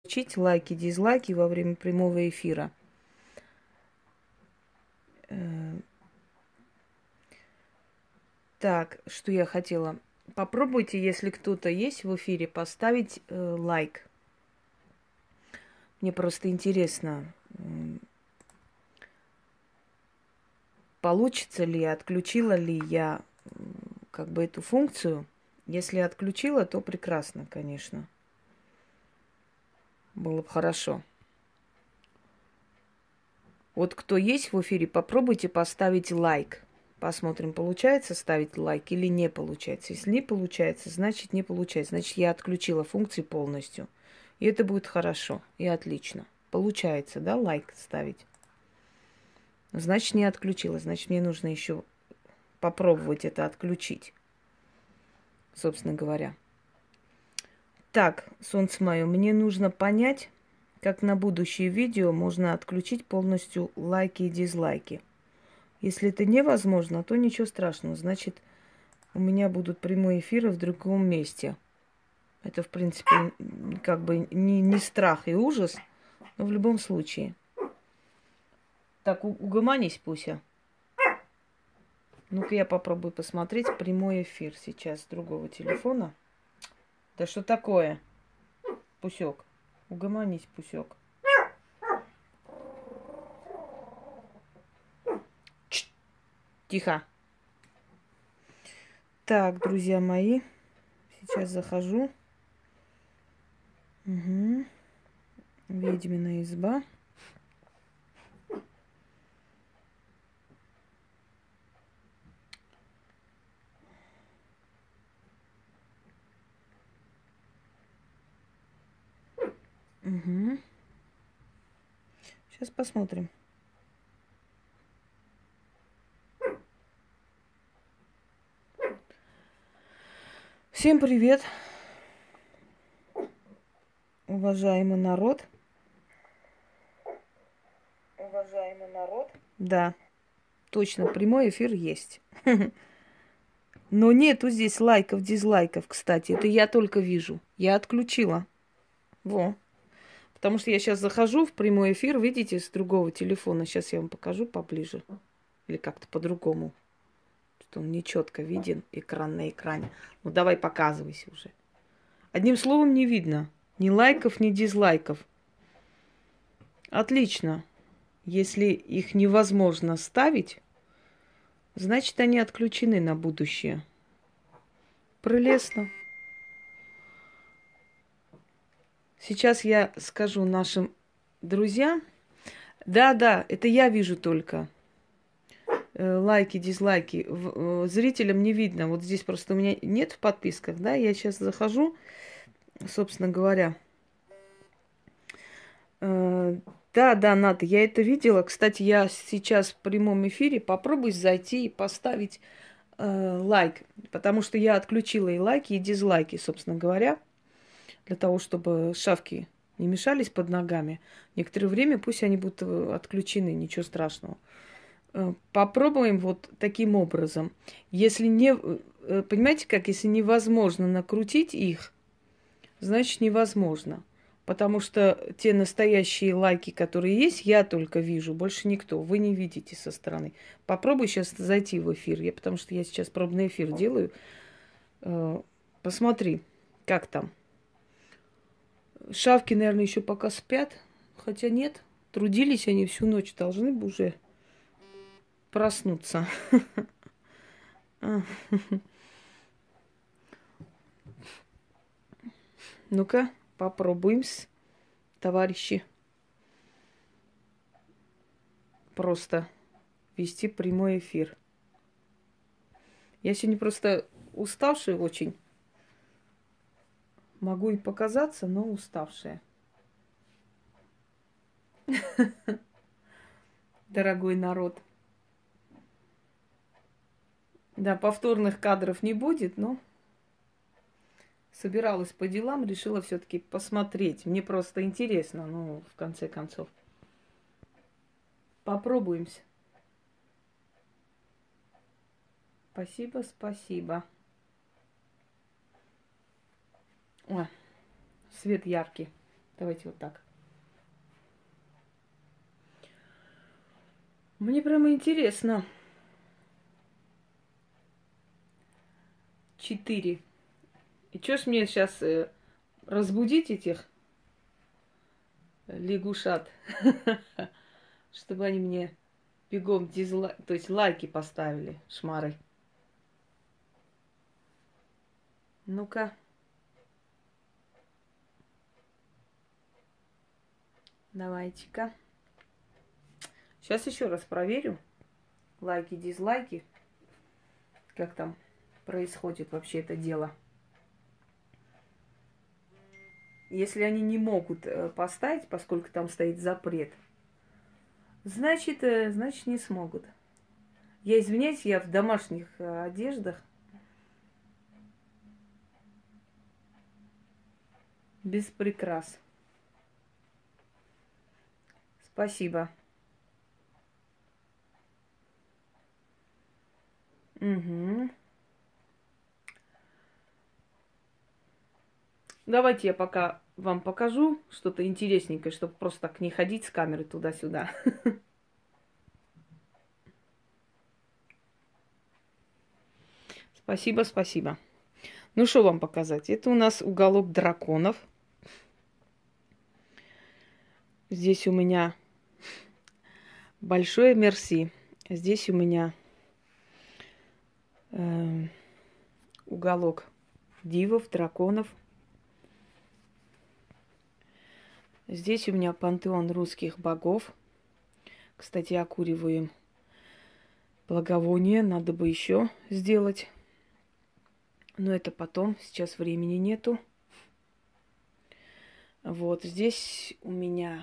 Включить лайки, дизлайки во время прямого эфира. Так, что я хотела. Попробуйте, если кто-то есть в эфире, поставить лайк. Мне просто интересно, получится ли, отключила ли я как бы эту функцию. Если отключила, то прекрасно, конечно. Было бы хорошо. Вот кто есть в эфире, попробуйте поставить лайк. Посмотрим, получается ставить лайк или не получается. Если не получается, значит не получается. Значит, я отключила функции полностью. И это будет хорошо и отлично. Получается, да, лайк ставить? Значит, не отключила. Значит, мне нужно еще попробовать это отключить, собственно говоря. Так, солнце мое, мне нужно понять, как на будущее видео можно отключить полностью лайки и дизлайки. Если это невозможно, то ничего страшного. Значит, у меня будут прямые эфиры в другом месте. Это, в принципе, как бы не страх и ужас, но в любом случае. Так, угомонись, Пуся. Ну-ка я попробую посмотреть прямой эфир сейчас с другого телефона. Да что такое, Пусек? Угомонись, Пусек. Тихо. Так, друзья мои, сейчас захожу. Угу. Ведьмина изба. Угу. Сейчас посмотрим. Всем привет, уважаемый народ. Уважаемый народ. Да, точно, прямой эфир есть. Но нету здесь лайков, дизлайков, кстати. Это я только вижу. Я отключила. Во. Потому что я сейчас захожу в прямой эфир, видите, с другого телефона. Сейчас я вам покажу поближе. Или как-то по-другому. Что он нечетко виден, экран на экране. Ну давай показывайся уже. Одним словом, не видно ни лайков, ни дизлайков. Отлично. Если их невозможно ставить, значит, они отключены на будущее. Прелестно. Сейчас я скажу нашим друзьям. Да, это я вижу только. Лайки, дизлайки. Зрителям не видно. Вот здесь просто у меня нет в подписках, да? Я сейчас захожу, собственно говоря. Да, Ната, я это видела. Кстати, я сейчас в прямом эфире попробую зайти и поставить лайк. Потому что я отключила и лайки, и дизлайки, собственно говоря. Для того, чтобы шавки не мешались под ногами. Некоторое время пусть они будут отключены, ничего страшного. Попробуем вот таким образом. Если не... Понимаете как? Если невозможно накрутить их, значит невозможно. Потому что те настоящие лайки, которые есть, я только вижу, больше никто. Вы не видите со стороны. Попробуй сейчас зайти в эфир. Потому что я сейчас пробный эфир делаю. Посмотри, как там. Шавки, наверное, еще пока спят. Хотя нет, трудились они всю ночь. Должны бы уже проснуться. Ну-ка, попробуем, товарищи. Просто вести прямой эфир. Я сегодня просто уставшая очень. Могу и показаться, но уставшая. Дорогой народ. Да, повторных кадров не будет, но собиралась по делам, решила все-таки посмотреть. Мне просто интересно, ну, в конце концов. Попробуемся. Спасибо. Ой, свет яркий. Давайте вот так. Мне прямо интересно. 4. И что ж мне сейчас разбудить этих лягушат, чтобы они мне бегом то есть лайки поставили, шмары. Ну-ка. Давайте-ка. Сейчас еще раз проверю. Лайки, дизлайки. Как там происходит вообще это дело. Если они не могут поставить, поскольку там стоит запрет, значит не смогут. Я извиняюсь, я в домашних одеждах. Без прикрас. Спасибо. Угу. Давайте я пока вам покажу что-то интересненькое, чтобы просто так не ходить с камеры туда-сюда. Спасибо, спасибо. Ну, что вам показать? Это у нас уголок драконов. Здесь у меня большое мерси. Здесь у меня уголок дивов, драконов. Здесь у меня пантеон русских богов. Кстати, окуриваем благовоние. Надо бы еще сделать. Но это потом. Сейчас времени нету. Вот здесь у меня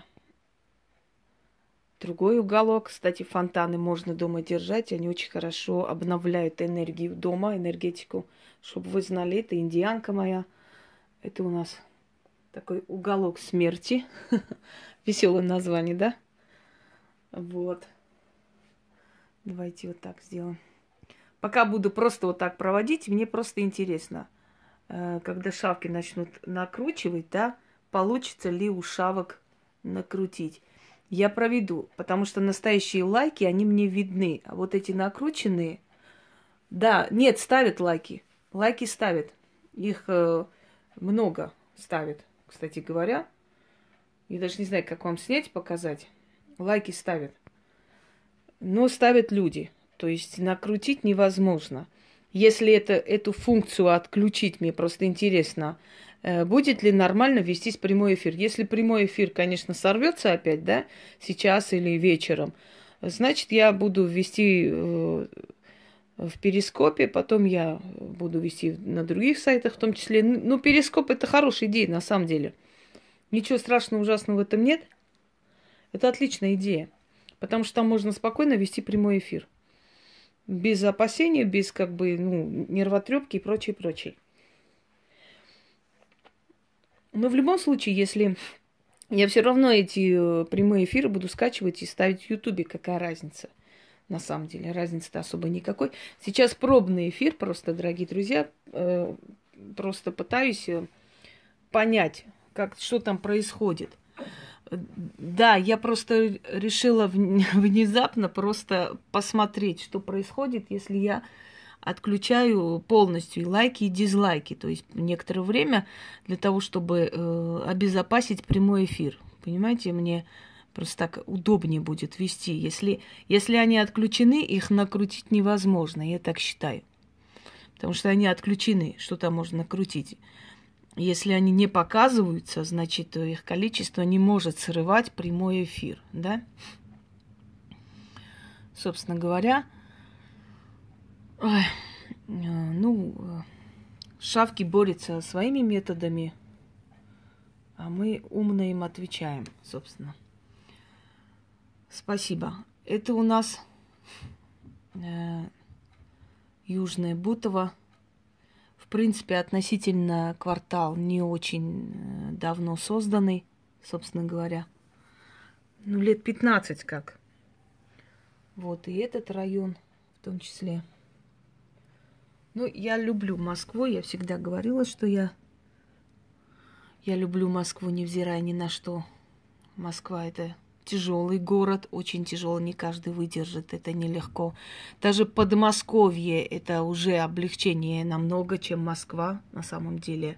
другой уголок. Кстати, фонтаны можно дома держать. Они очень хорошо обновляют энергию дома, энергетику. Чтобы вы знали, это индианка моя. Это у нас такой уголок смерти. Веселое название, да? Вот. Давайте вот так сделаем. Пока буду просто вот так проводить, мне просто интересно, когда шавки начнут накручивать, да, получится ли у шавок накрутить. Я проведу, потому что настоящие лайки, они мне видны. А вот эти накрученные, да, нет, ставят лайки. Лайки ставят. Их много ставят, кстати говоря. Я даже не знаю, как вам снять, показать. Лайки ставят. Но ставят люди. То есть накрутить невозможно. Если эту функцию отключить, мне просто интересно, будет ли нормально вестись прямой эфир. Если прямой эфир, конечно, сорвется опять, да, сейчас или вечером, значит, я буду вести в Перископе, потом я буду вести на других сайтах в том числе. Ну, Перископ – это хорошая идея, на самом деле. Ничего страшного, ужасного в этом нет. Это отличная идея, потому что там можно спокойно вести прямой эфир. Без опасения, без как бы, нервотрепки и прочее, прочее. Но в любом случае, если я все равно эти прямые эфиры буду скачивать и ставить в Ютубе, какая разница? На самом деле, разницы-то особо никакой. Сейчас пробный эфир, просто, дорогие друзья, просто пытаюсь понять, что там происходит. Да, я просто решила внезапно просто посмотреть, что происходит, если я отключаю полностью и лайки, и дизлайки. То есть некоторое время для того, чтобы обезопасить прямой эфир. Понимаете, мне просто так удобнее будет вести. Если они отключены, их накрутить невозможно, я так считаю. Потому что они отключены, что там можно накрутить. Если они не показываются, значит, их количество не может срывать прямой эфир, да? Собственно говоря, шавки борются своими методами, а мы умно им отвечаем, собственно. Спасибо. Это у нас Южное Бутово. В принципе, относительно квартал не очень давно созданный, собственно говоря. Лет 15 как. Вот, и этот район в том числе. Я люблю Москву. Я всегда говорила, что я Я люблю Москву, невзирая ни на что. Москва – это тяжелый город, очень тяжелый, не каждый выдержит, это нелегко. Даже Подмосковье – это уже облегчение намного, чем Москва на самом деле.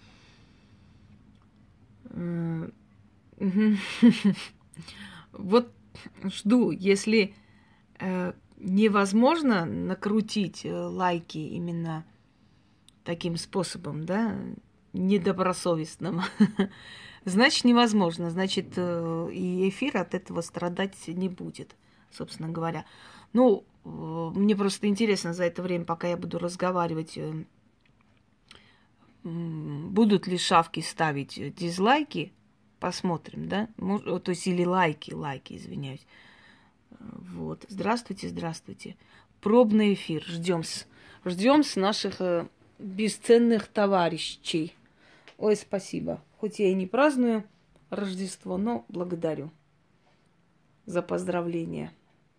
Вот жду, если невозможно накрутить лайки именно таким способом, да, недобросовестным, значит, невозможно. Значит, и эфир от этого страдать не будет, собственно говоря. Ну, мне просто интересно за это время, пока я буду разговаривать, будут ли шавки ставить дизлайки, посмотрим, да? То есть или лайки, извиняюсь. Вот. Здравствуйте, здравствуйте. Пробный эфир. Ждем с наших бесценных товарищей. Ой, спасибо. Хоть я и не праздную Рождество, но благодарю за поздравления.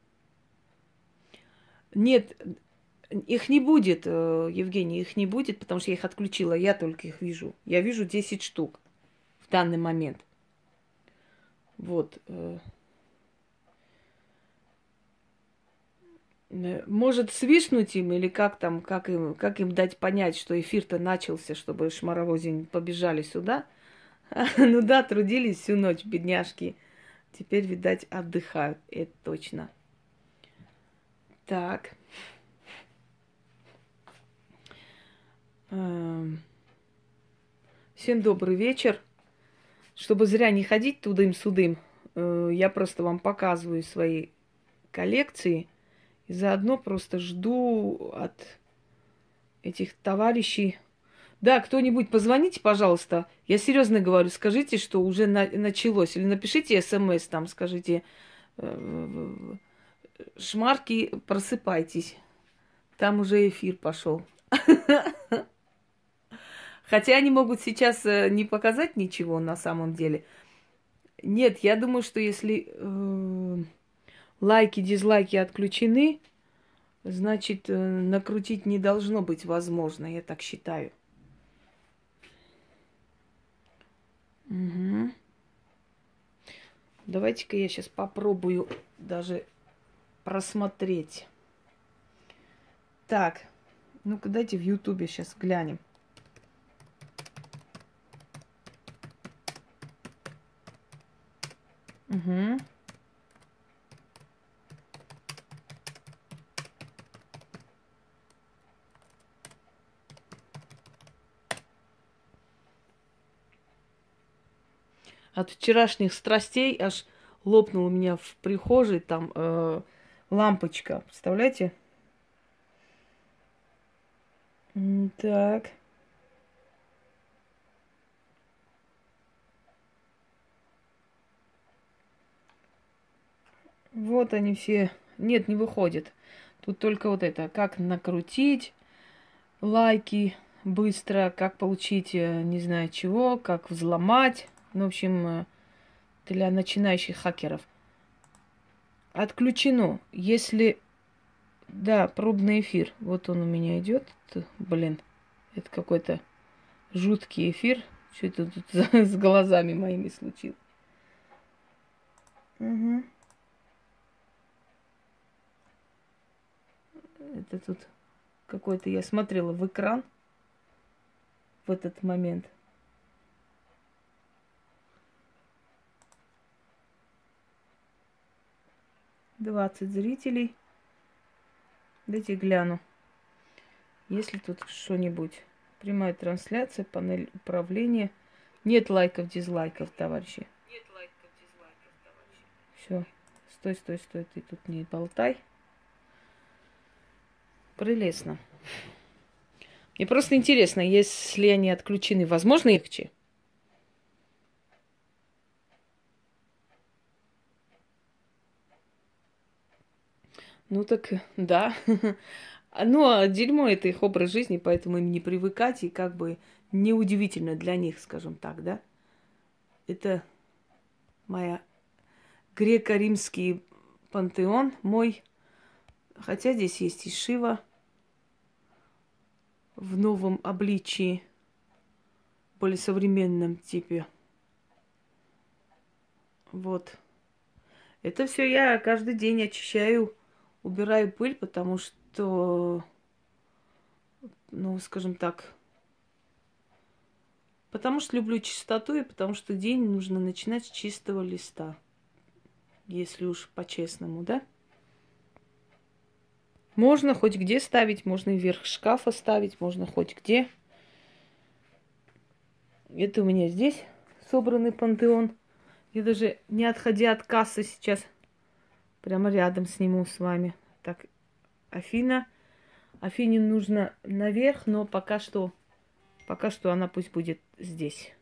Нет, их не будет, Евгений, их не будет, потому что я их отключила. Я только их вижу. Я вижу 10 штук в данный момент. Вот. Может свистнуть им или как там, как им дать понять, что эфир-то начался, чтобы шмаровозень побежали сюда. Ну да, трудились всю ночь, бедняжки. Теперь, видать, отдыхают, это точно. Так. Всем добрый вечер. Чтобы зря не ходить тудым-судым, я просто вам показываю свои коллекции. И заодно просто жду от этих товарищей. Да, кто-нибудь позвоните, пожалуйста. Я серьезно говорю, скажите, что уже началось. Или напишите смс там, скажите, шмарки, просыпайтесь. Там уже эфир пошел. Хотя они могут сейчас не показать ничего на самом деле. Нет, я думаю, что если лайки, дизлайки отключены, значит, накрутить не должно быть возможно, я так считаю. Угу. Давайте-ка я сейчас попробую даже просмотреть. Так, ну-ка дайте в Ютубе сейчас глянем. Угу. От вчерашних страстей аж лопнула у меня в прихожей там лампочка. Представляете? Так. Вот они все. Нет, не выходит. Тут только вот это. Как накрутить лайки быстро, как получить не знаю чего, как взломать. Ну, в общем, для начинающих хакеров. Отключено. Если... Да, пробный эфир. Вот он у меня идет. Блин, это какой-то жуткий эфир. Что это тут с глазами моими случилось? Угу. Это тут какой-то... Я смотрела в экран в этот момент. $20 зрителей. Дайте гляну. Есть ли тут что-нибудь? Прямая трансляция, панель управления. Нет лайков, дизлайков, товарищи. Нет лайков, дизлайков, товарищи. Все. Стой. Ты тут не болтай. Прелестно. Мне просто интересно, если они отключены, возможно легче? Ну так, да. Ну, а дерьмо это их образ жизни, поэтому им не привыкать, и как бы неудивительно для них, скажем так, да? Это моя греко-римский пантеон, мой. Хотя здесь есть и Шива в новом обличии. более современном типе. Вот. Это все я каждый день очищаю, убираю пыль, потому что, ну, скажем так, потому что люблю чистоту и потому что день нужно начинать с чистого листа, если уж по-честному, да? Можно хоть где ставить, можно и вверх шкафа ставить, можно хоть где. Это у меня здесь собранный пантеон. Я даже не отходя от кассы сейчас прямо рядом сниму с вами. Так, Афина. Афине нужно наверх, но пока что она пусть будет здесь.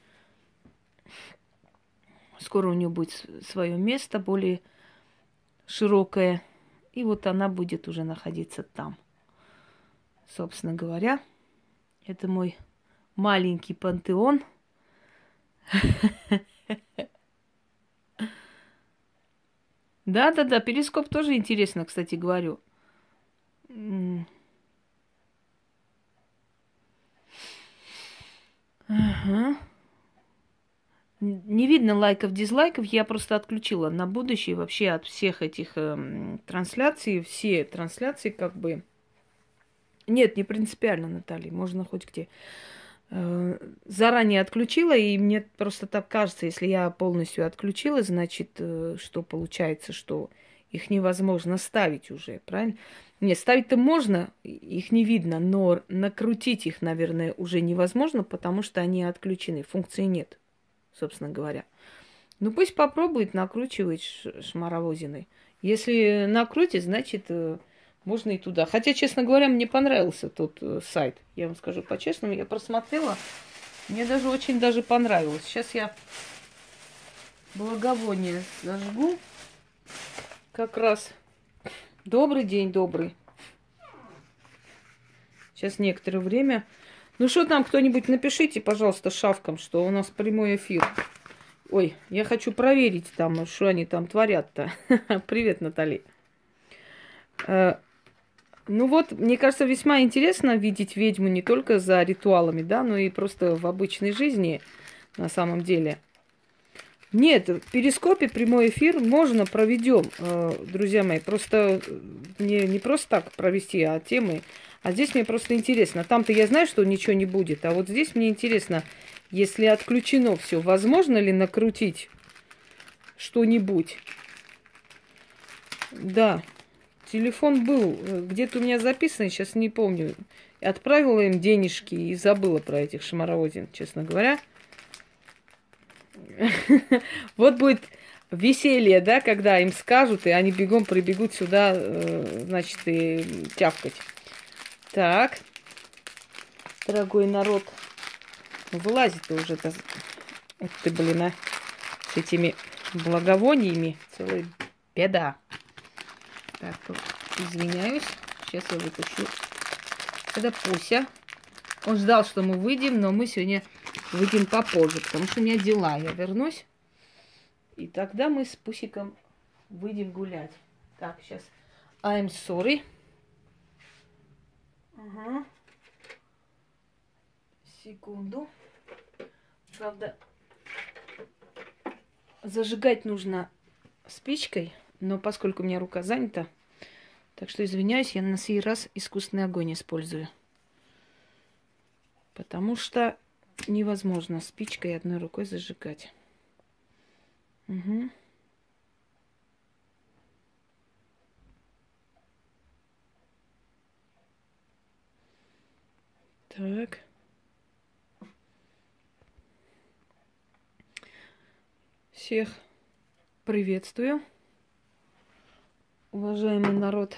Скоро у нее будет свое место, более широкое. И вот она будет уже находиться там. Собственно говоря, это мой маленький пантеон. Да, перископ тоже интересно, кстати, говорю. Ага. Не видно лайков, дизлайков, я просто отключила на будущее вообще от всех этих трансляций, все трансляции как бы... Нет, не принципиально, Наталья, можно хоть где. Заранее отключила, и мне просто так кажется, если я полностью отключила, значит, что получается, что их невозможно ставить уже, правильно? Нет, ставить-то можно, их не видно, но накрутить их, наверное, уже невозможно, потому что они отключены, функции нет, собственно говоря. Ну, пусть попробует накручивать шмаровозины. Если накрутит, значит, можно и туда. Хотя, честно говоря, мне понравился тот сайт. Я вам скажу по-честному, я просмотрела. Мне даже очень даже понравилось. Сейчас я благовоние зажгу. Как раз. Добрый день, добрый. Сейчас некоторое время. Ну что там, кто-нибудь напишите, пожалуйста, шавкам, что у нас прямой эфир. Ой, я хочу проверить там, что они там творят-то. Привет, Натали. Ну вот, мне кажется, весьма интересно видеть ведьму не только за ритуалами, да, но и просто в обычной жизни на самом деле. Нет, в перископе прямой эфир можно проведем, друзья мои. Просто не просто так провести, а темы. А здесь мне просто интересно. Там-то я знаю, что ничего не будет. А вот здесь мне интересно, если отключено все, возможно ли накрутить что-нибудь? Да. Телефон был где-то у меня записан, сейчас не помню. Отправила им денежки и забыла про этих шмаровозин, честно говоря. Вот будет веселье, да, когда им скажут, и они бегом прибегут сюда, значит, и тявкать. Так, дорогой народ, вылазит уже это, ты, блин, а, с этими благовониями целая беда. Так, извиняюсь. Сейчас я выпущу. Это Пуся. Он ждал, что мы выйдем, но мы сегодня выйдем попозже, потому что у меня дела. Я вернусь. И тогда мы с Пусиком выйдем гулять. Так, сейчас. I'm sorry. Ага. Секунду. Правда, зажигать нужно спичкой. Но поскольку у меня рука занята, так что извиняюсь, я на сей раз искусственный огонь использую. Потому что невозможно спичкой одной рукой зажигать. Угу. Так. Всех приветствую. Уважаемый народ.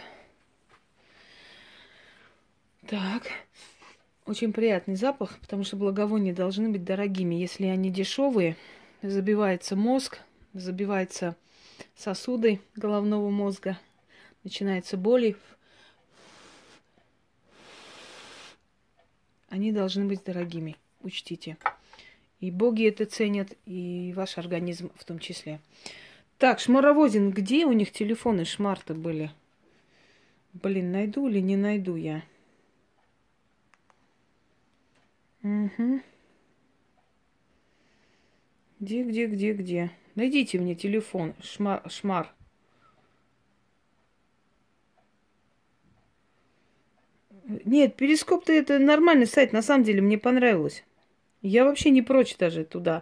Так. Очень приятный запах, потому что благовония должны быть дорогими. Если они дешевые, забивается мозг, забиваются сосуды головного мозга, начинается боли. Они должны быть дорогими, учтите. И боги это ценят, и ваш организм в том числе. Так, Шмаровозин, где у них телефоны Шмарта были? Блин, найду или не найду я? Угу. Где? Найдите мне телефон, шмар. Нет, Перископ-то это нормальный сайт, на самом деле, мне понравилось. Я вообще не прочь даже туда.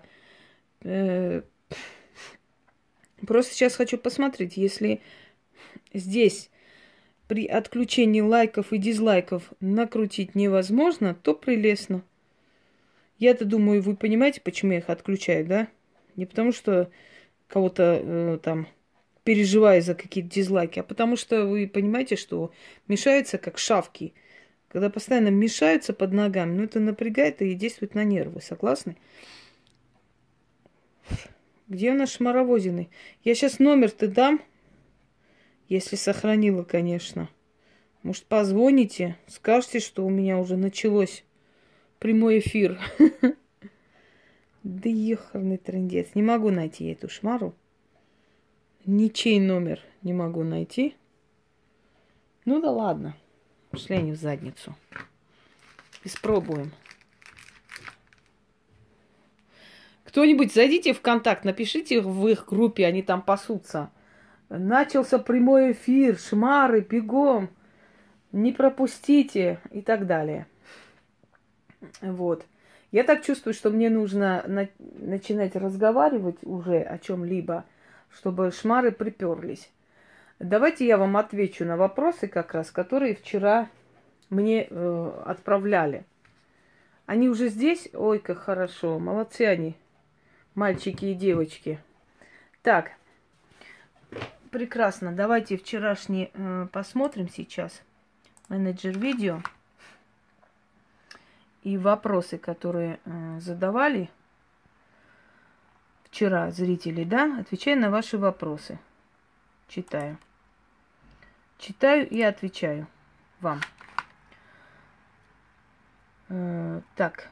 Просто сейчас хочу посмотреть, если здесь при отключении лайков и дизлайков накрутить невозможно, то прелестно. Я-то думаю, вы понимаете, почему я их отключаю, да? Не потому что кого-то там переживаю за какие-то дизлайки, а потому что вы понимаете, что мешаются как шавки. Когда постоянно мешаются под ногами, ну это напрягает и действует на нервы. Согласны? Где у нас шмаровозины? Я сейчас номер-то дам, если сохранила, конечно. Может, позвоните, скажете, что у меня уже началось прямой эфир. Да ехарный трындец. Не могу найти эту шмару. Ничей номер не могу найти. Ну да ладно. Пошли они в задницу. Испробуем. Кто-нибудь зайдите в контакт, напишите в их группе, они там пасутся. Начался прямой эфир, шмары, бегом. Не пропустите и так далее. Вот. Я так чувствую, что мне нужно начинать разговаривать уже о чем-либо, чтобы шмары приперлись. Давайте я вам отвечу на вопросы как раз, которые вчера мне отправляли. Они уже здесь? Ой, как хорошо. Молодцы они, мальчики и девочки. Так, прекрасно. Давайте вчерашний посмотрим сейчас. Менеджер видео. И вопросы, которые задавали вчера зрители, да, отвечаю на ваши вопросы. Читаю. Читаю и отвечаю вам. Так.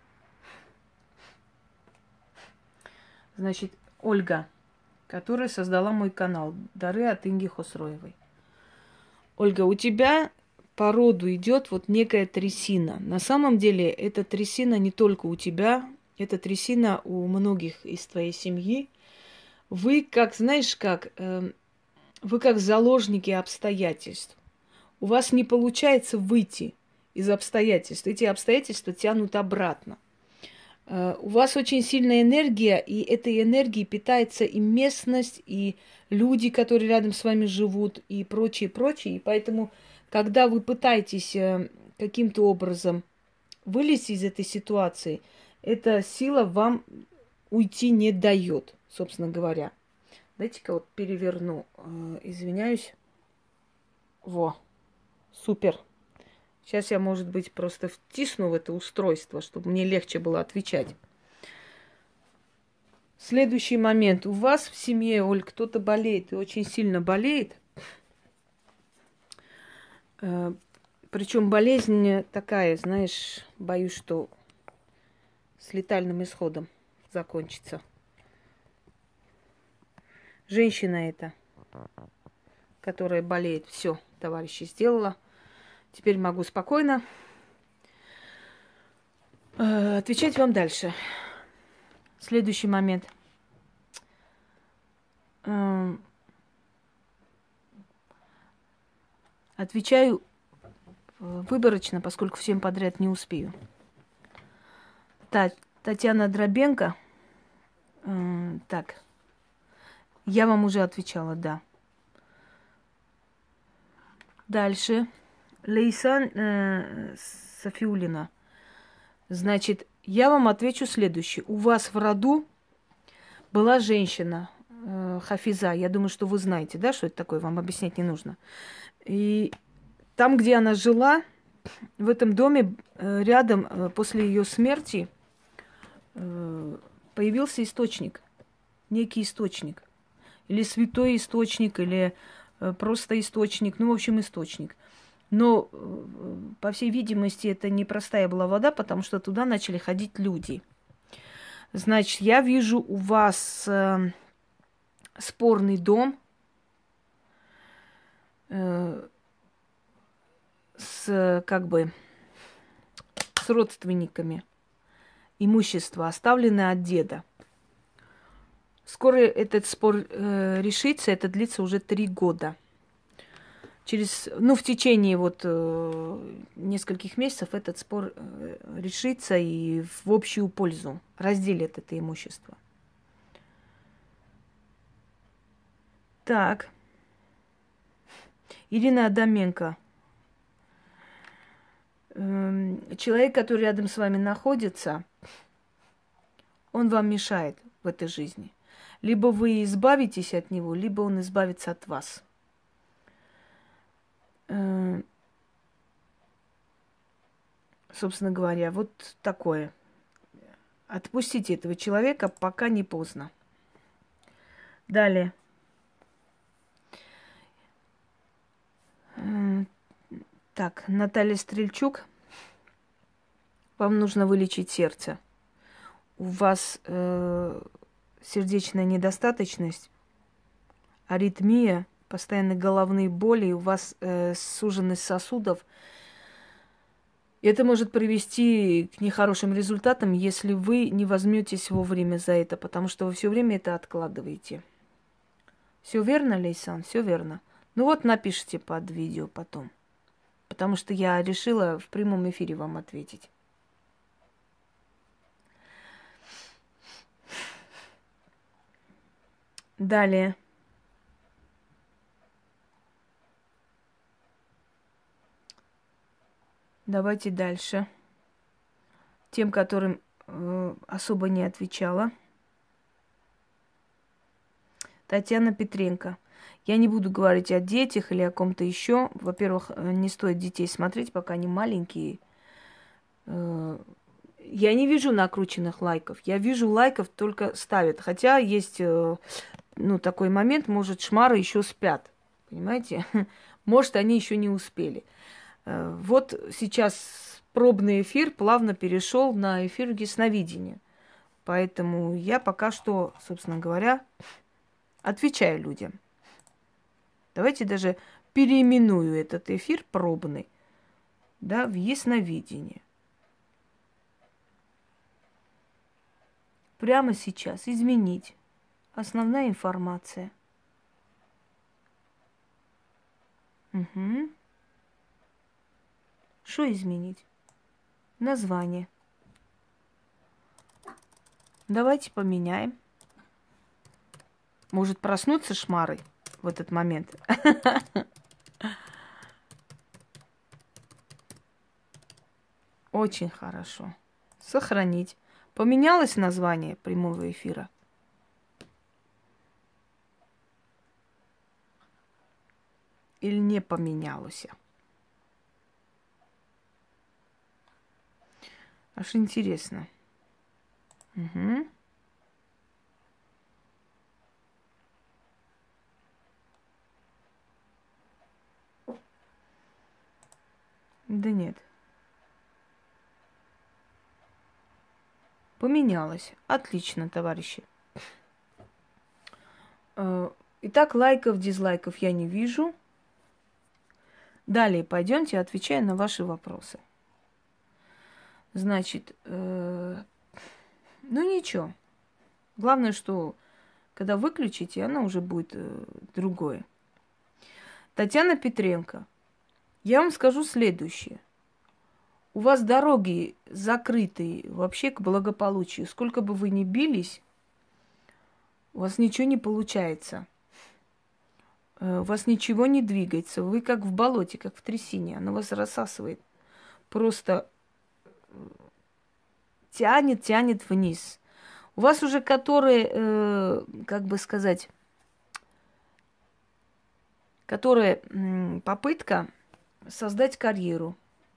Значит, Ольга, которая создала мой канал «Дары от Инги Хосроевой». Ольга, у тебя по роду идет вот некая трясина. На самом деле, эта трясина не только у тебя, это трясина у многих из твоей семьи. Вы как, знаешь, вы как заложники обстоятельств. У вас не получается выйти из обстоятельств. Эти обстоятельства тянут обратно. У вас очень сильная энергия, и этой энергией питается и местность, и люди, которые рядом с вами живут, и прочее, прочее. И поэтому, когда вы пытаетесь каким-то образом вылезти из этой ситуации, эта сила вам уйти не дает, собственно говоря. Дайте-ка вот переверну. Извиняюсь. Во. Супер. Сейчас я, может быть, просто втисну в это устройство, чтобы мне легче было отвечать. Следующий момент. У вас в семье, Оль, кто-то болеет и очень сильно болеет. Причем болезнь такая, знаешь, боюсь, что с летальным исходом закончится. Женщина эта, которая болеет. Все, товарищи, сделала. Теперь могу спокойно отвечать вам дальше. Следующий момент. Отвечаю выборочно, поскольку всем подряд не успею. Татьяна Дробенко. Так. Я вам уже отвечала, да. Дальше. Лейсан Софиулина. Значит, я вам отвечу следующее. У вас в роду была женщина, Хафиза. Я думаю, что вы знаете, да, что это такое, вам объяснять не нужно. И там, где она жила, в этом доме рядом после ее смерти появился источник, некий источник. Или святой источник, или просто источник, ну, в общем, источник. Но, по всей видимости, это не простая была вода, потому что туда начали ходить люди. Значит, я вижу у вас спорный дом с родственниками. Имущество, оставленное от деда. Скоро этот спор решится, это длится уже 3 года. В течение нескольких месяцев этот спор решится и в общую пользу разделят это имущество. Так. Ирина Адаменко. Человек, который рядом с вами находится, он вам мешает в этой жизни. Либо вы избавитесь от него, либо он избавится от вас. Собственно говоря, вот такое. Отпустите этого человека, пока не поздно. Далее. Так, Наталья Стрельчук. Вам нужно вылечить сердце. У вас сердечная недостаточность, аритмия, постоянные головные боли, у вас суженность сосудов. Это может привести к нехорошим результатам, если вы не возьметесь вовремя за это, потому что вы все время это откладываете. Все верно, Лейсан? Все верно. Ну вот напишите под видео потом, потому что я решила в прямом эфире вам ответить. Далее. Давайте дальше. Тем, которым особо не отвечала. Татьяна Петренко. Я не буду говорить о детях или о ком-то еще. Во-первых, не стоит детей смотреть, пока они маленькие. Я не вижу накрученных лайков. Я вижу лайков только ставят. Хотя есть такой момент, может, шмары еще спят. Понимаете? Может, они еще не успели. Вот сейчас пробный эфир плавно перешел на эфир ясновидения. Поэтому я пока что, собственно говоря, отвечаю людям. Давайте даже переименую этот эфир пробный, да, в ясновидение. Прямо сейчас изменить. Основная информация. Угу. Что изменить? Название. Давайте поменяем. Может проснуться шмары в этот момент. Очень хорошо. Сохранить. Поменялось название прямого эфира? Или не поменялось? Аж интересно. Угу. Да нет. Поменялось. Отлично, товарищи. Итак, лайков, дизлайков я не вижу. Далее пойдемте, отвечаю на ваши вопросы. Значит, ничего. Главное, что когда выключите, оно уже будет другое. Татьяна Петренко, я вам скажу следующее. У вас дороги закрыты вообще к благополучию. Сколько бы вы ни бились, у вас ничего не получается. У вас ничего не двигается. Вы как в болоте, как в трясине. Оно вас рассасывает. Просто тянет вниз. У вас уже которая попытка создать карьеру.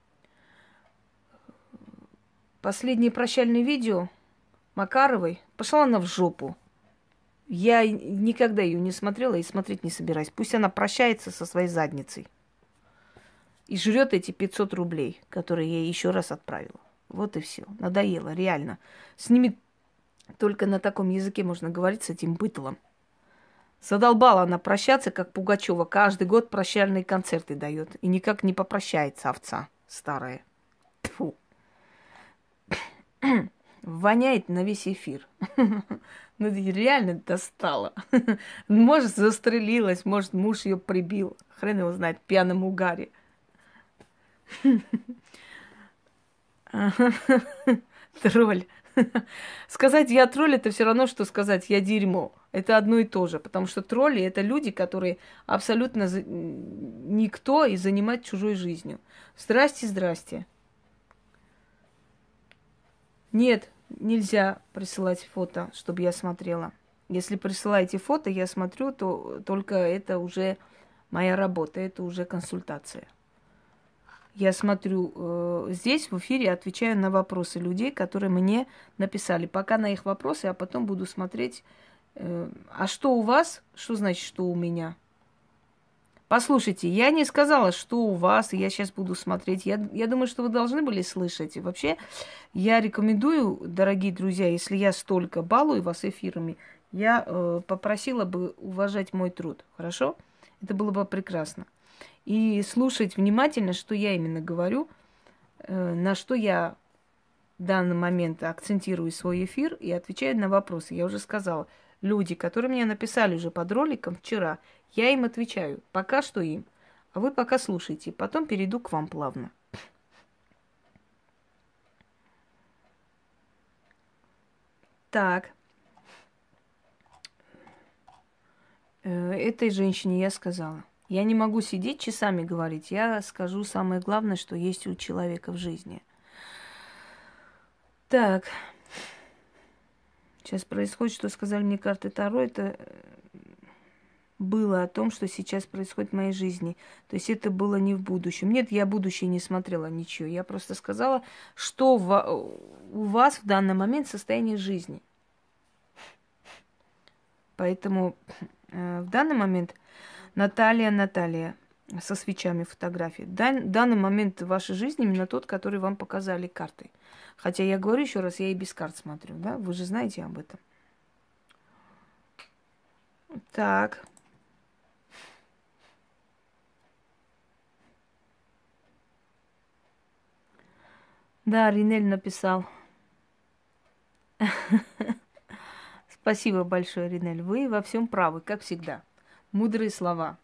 Последнее прощальное видео Макаровой пошла она в жопу. Я никогда ее не смотрела и смотреть не собираюсь. Пусть она прощается со своей задницей и жрет эти 500 рублей, которые я ей еще раз отправила. Вот и все. Надоело, реально. С ними только на таком языке можно говорить, с этим бытлом. Задолбала она прощаться, как Пугачева. Каждый год прощальные концерты дает. И никак не попрощается овца старая. Тьфу. Воняет на весь эфир. Ну, ты реально достала. Может, застрелилась, может, муж ее прибил. Хрен его знает, в пьяном угаре. Тролль. Сказать я тролль это все равно, что сказать я дерьмо. Это одно и то же. Потому что тролли это люди, которые абсолютно никто и занимают чужой жизнью. Здрасте, здрасте. Нет, нельзя присылать фото, чтобы я смотрела. Если присылаете фото, я смотрю, то только это уже моя работа, это уже консультация. Я смотрю здесь, в эфире, отвечаю на вопросы людей, которые мне написали. Пока на их вопросы, а потом буду смотреть, а что у вас, что значит, что у меня. Послушайте, я не сказала, что у вас, и я сейчас буду смотреть. Я думаю, что вы должны были слышать. И вообще, я рекомендую, дорогие друзья, если я столько балую вас эфирами, я попросила бы уважать мой труд. Хорошо? Это было бы прекрасно. И слушать внимательно, что я именно говорю, на что я в данный момент акцентирую свой эфир и отвечаю на вопросы. Я уже сказала, люди, которые мне написали уже под роликом вчера, я им отвечаю. Пока что им. А вы пока слушайте. Потом перейду к вам плавно. Так. Этой женщине я сказала. Я не могу сидеть часами говорить. Я скажу самое главное, что есть у человека в жизни. Так. Сейчас происходит, что сказали мне карты Таро. Это было о том, что сейчас происходит в моей жизни. То есть это было не в будущем. Нет, я будущее не смотрела ничего. Я просто сказала, что у вас в данный момент состояние жизни. Поэтому в данный момент Наталья, со свечами фотографии. Данный момент в вашей жизни именно тот, который вам показали карты. Хотя я говорю еще раз, я и без карт смотрю, да? Вы же знаете об этом. Так. Да, Ринель написал. Спасибо большое, Ринель. Вы во всем правы, как всегда. Мудрые слова.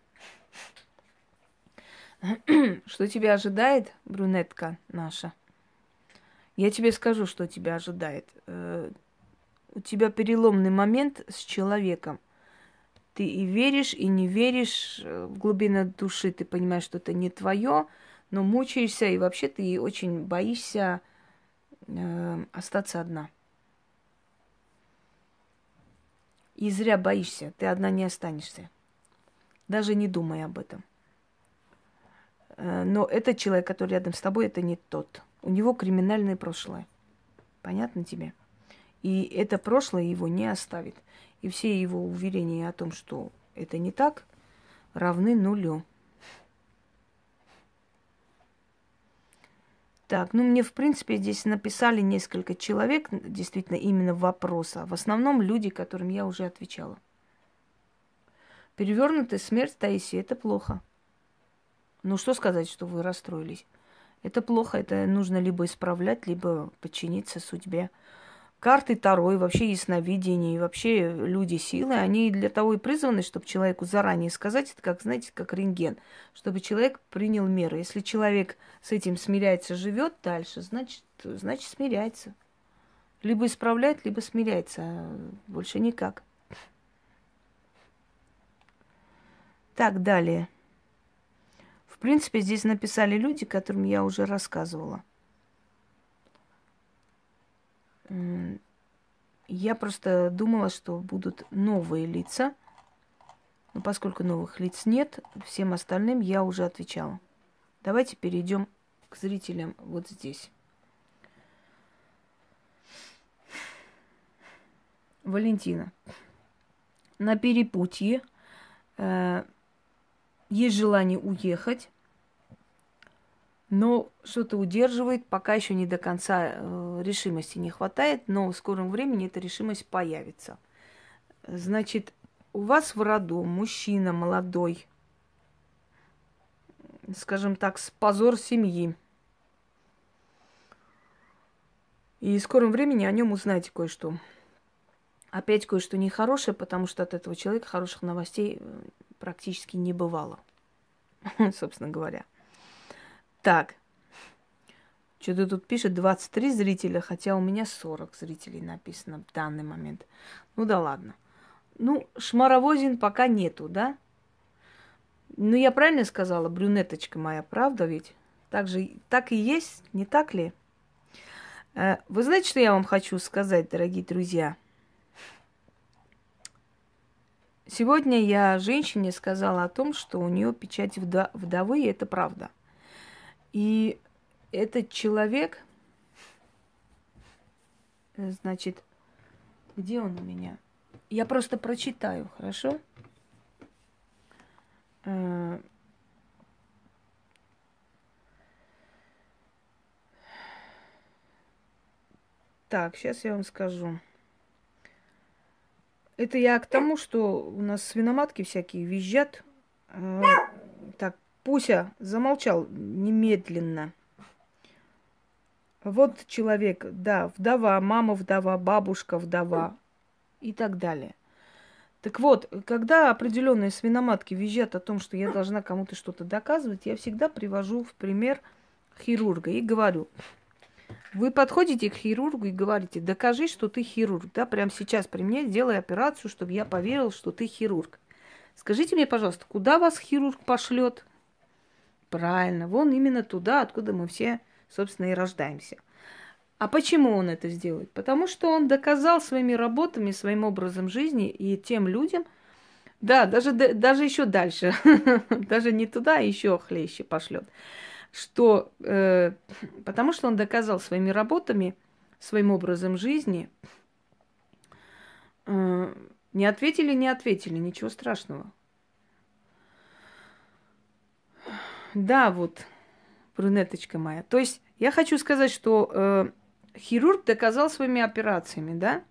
Что тебя ожидает, брюнетка наша? Я тебе скажу, что тебя ожидает. У тебя переломный момент с человеком. Ты и веришь, и не веришь. В глубине души ты понимаешь, что это не твое, но мучаешься, и вообще ты очень боишься остаться одна. И зря боишься, ты одна не останешься. Даже не думай об этом. Но этот человек, который рядом с тобой, это не тот. У него криминальное прошлое. Понятно тебе? И это прошлое его не оставит. И все его уверения о том, что это не так, равны нулю. Так, ну мне, в принципе, здесь написали несколько человек, действительно, именно вопроса. В основном люди, которым я уже отвечала. Перевернутая смерть Таисии – это плохо. Ну, что сказать, что вы расстроились? Это плохо, это нужно либо исправлять, либо подчиниться судьбе. Карты Таро и вообще ясновидение, и вообще люди силы, они для того и призваны, чтобы человеку заранее сказать, это как, знаете, как рентген, чтобы человек принял меры. Если человек с этим смиряется, живет дальше, значит смиряется. Либо исправляет, либо смиряется, а больше никак. Так, далее. В принципе, здесь написали люди, которым я уже рассказывала. Я просто думала, что будут новые лица. Но поскольку новых лиц нет, всем остальным я уже отвечала. Давайте перейдем к зрителям вот здесь. Валентина. На перепутье есть желание уехать, но что-то удерживает, пока еще не до конца решимости не хватает, но в скором времени эта решимость появится. Значит, у вас в роду мужчина молодой, скажем так, с позор семьи. И в скором времени о нем узнаете кое-что. Опять кое-что нехорошее, потому что от этого человека хороших новостей практически не бывало, собственно говоря. Так, что-то тут пишет 23 зрителя, хотя у меня 40 зрителей написано в данный момент. Ну да ладно. Ну, шмаровозин пока нету, да? Ну, я правильно сказала, брюнеточка моя, правда ведь? Так и есть, не так ли? Вы знаете, что я вам хочу сказать, дорогие друзья? Сегодня я женщине сказала о том, что у нее печать вдовы, и это правда. И этот человек, значит, где он у меня? Я просто прочитаю, хорошо? Так, сейчас я вам скажу. Это я к тому, что у нас свиноматки всякие визжат. Так, Пуся замолчал немедленно. Вот человек, да, вдова, мама вдова, бабушка вдова и так далее. Так вот, когда определенные свиноматки визжат о том, что я должна кому-то что-то доказывать, я всегда привожу в пример хирурга и говорю: вы подходите к хирургу и говорите: докажи, что ты хирург, да, прямо сейчас при мне сделай операцию, чтобы я поверил, что ты хирург. Скажите мне, пожалуйста, куда вас хирург пошлет? Правильно, вон именно туда, откуда мы все, собственно, и рождаемся. А почему он это сделает? Потому что он доказал своими работами, своим образом жизни и тем людям, да, даже еще дальше, даже не туда, а еще хлеще пошлет, что потому что он доказал своими работами, своим образом жизни, не ответили, ничего страшного. Да, вот, брюнеточка моя. То есть я хочу сказать, что хирург доказал своими операциями, да?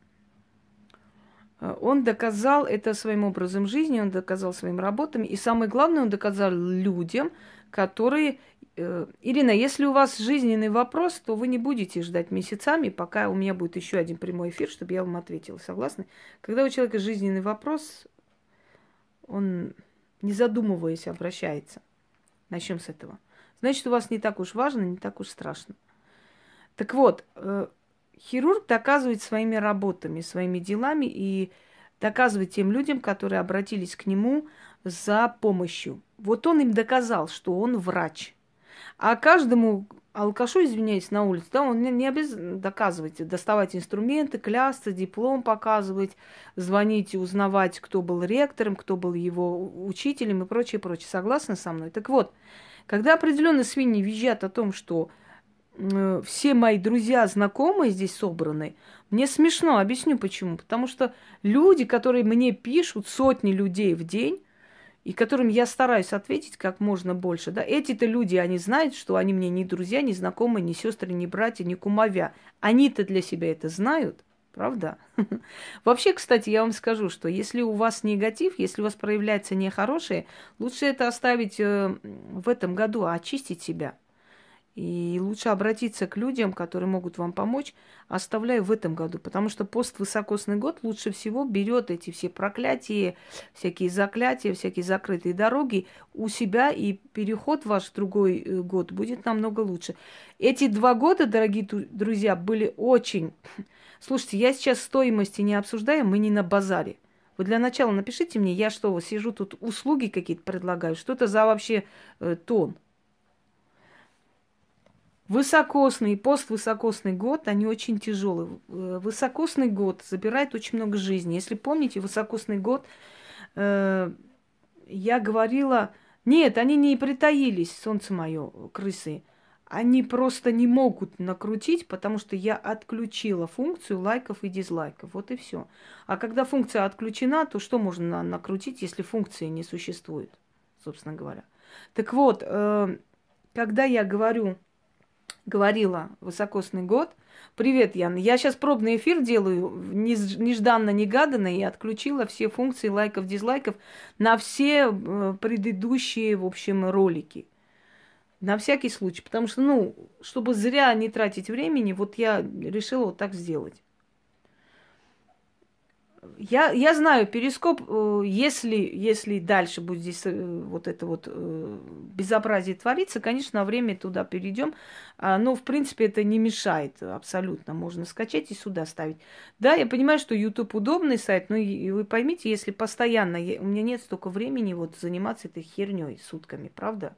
Он доказал это своим образом жизни, он доказал своими работами. И самое главное, он доказал людям, которые... Ирина, если у вас жизненный вопрос, то вы не будете ждать месяцами, пока у меня будет еще один прямой эфир, чтобы я вам ответила. Согласны? Когда у человека жизненный вопрос, он, не задумываясь, обращается. Начнем с этого. Значит, у вас не так уж важно, не так уж страшно. Так вот, хирург доказывает своими работами, своими делами и доказывает тем людям, которые обратились к нему за помощью. Вот он им доказал, что он врач. А каждому алкашу, извиняюсь, на улице, да, он не обязан доказывать, доставать инструменты, клясться, диплом показывать, звонить и узнавать, кто был ректором, кто был его учителем и прочее, прочее. Согласны со мной? Так вот, когда определенные свиньи визжат о том, что все мои друзья, знакомые здесь собраны, мне смешно. Объясню почему. Потому что люди, которые мне пишут, сотни людей в день, и которым я стараюсь ответить как можно больше, да, эти-то люди, они знают, что они мне не друзья, не знакомые, не сестры, не братья, не кумовья. Они-то для себя это знают, правда? Вообще, кстати, я вам скажу, что если у вас негатив, если у вас проявляется нехорошее, лучше это оставить в этом году, а очистить себя. И лучше обратиться к людям, которые могут вам помочь, оставляя в этом году. Потому что поствысокосный год лучше всего берет эти все проклятия, всякие заклятия, всякие закрытые дороги у себя, и переход ваш в другой год будет намного лучше. Эти 2 года, дорогие друзья, были очень... Слушайте, я сейчас стоимости не обсуждаю, мы не на базаре. Вы для начала напишите мне, я что, сижу тут услуги какие-то предлагаю, что это за вообще тон? Высокосный и поствысокосный год, они очень тяжелые. Высокосный год забирает очень много жизни. Если помните, высокосный год, я говорила, нет, они не притаились, солнце мое, крысы. Они просто не могут накрутить, потому что я отключила функцию лайков и дизлайков. Вот и все. А когда функция отключена, то что можно накрутить, если функции не существует, собственно говоря. Так вот, когда я говорила высокосный год. Привет, Ян. Я сейчас пробный эфир делаю, нежданно-негаданно, и отключила все функции лайков, дизлайков на все предыдущие, в общем, ролики. На всякий случай. Потому что, чтобы зря не тратить времени, вот я решила вот так сделать. Я знаю, Перископ, если дальше будет здесь вот это вот безобразие твориться, конечно, на время туда перейдем. Но, в принципе, это не мешает абсолютно. Можно скачать и сюда ставить. Да, я понимаю, что YouTube удобный сайт, но и вы поймите, если постоянно, у меня нет столько времени вот заниматься этой херней сутками, правда?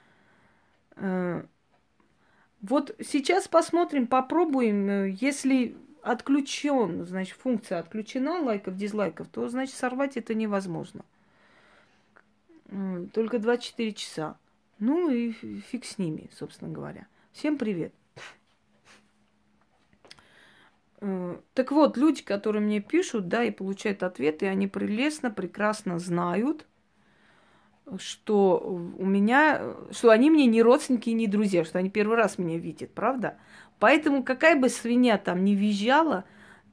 Вот сейчас посмотрим, попробуем. Если отключен, значит, функция отключена лайков, дизлайков, то, значит, сорвать это невозможно. Только 24 часа. Ну и фиг с ними, собственно говоря. Всем привет. Так вот, люди, которые мне пишут, да, и получают ответы, они прелестно, прекрасно знают, что у меня, что они мне не родственники и не друзья, что они первый раз меня видят, правда? Поэтому какая бы свинья там ни визжала,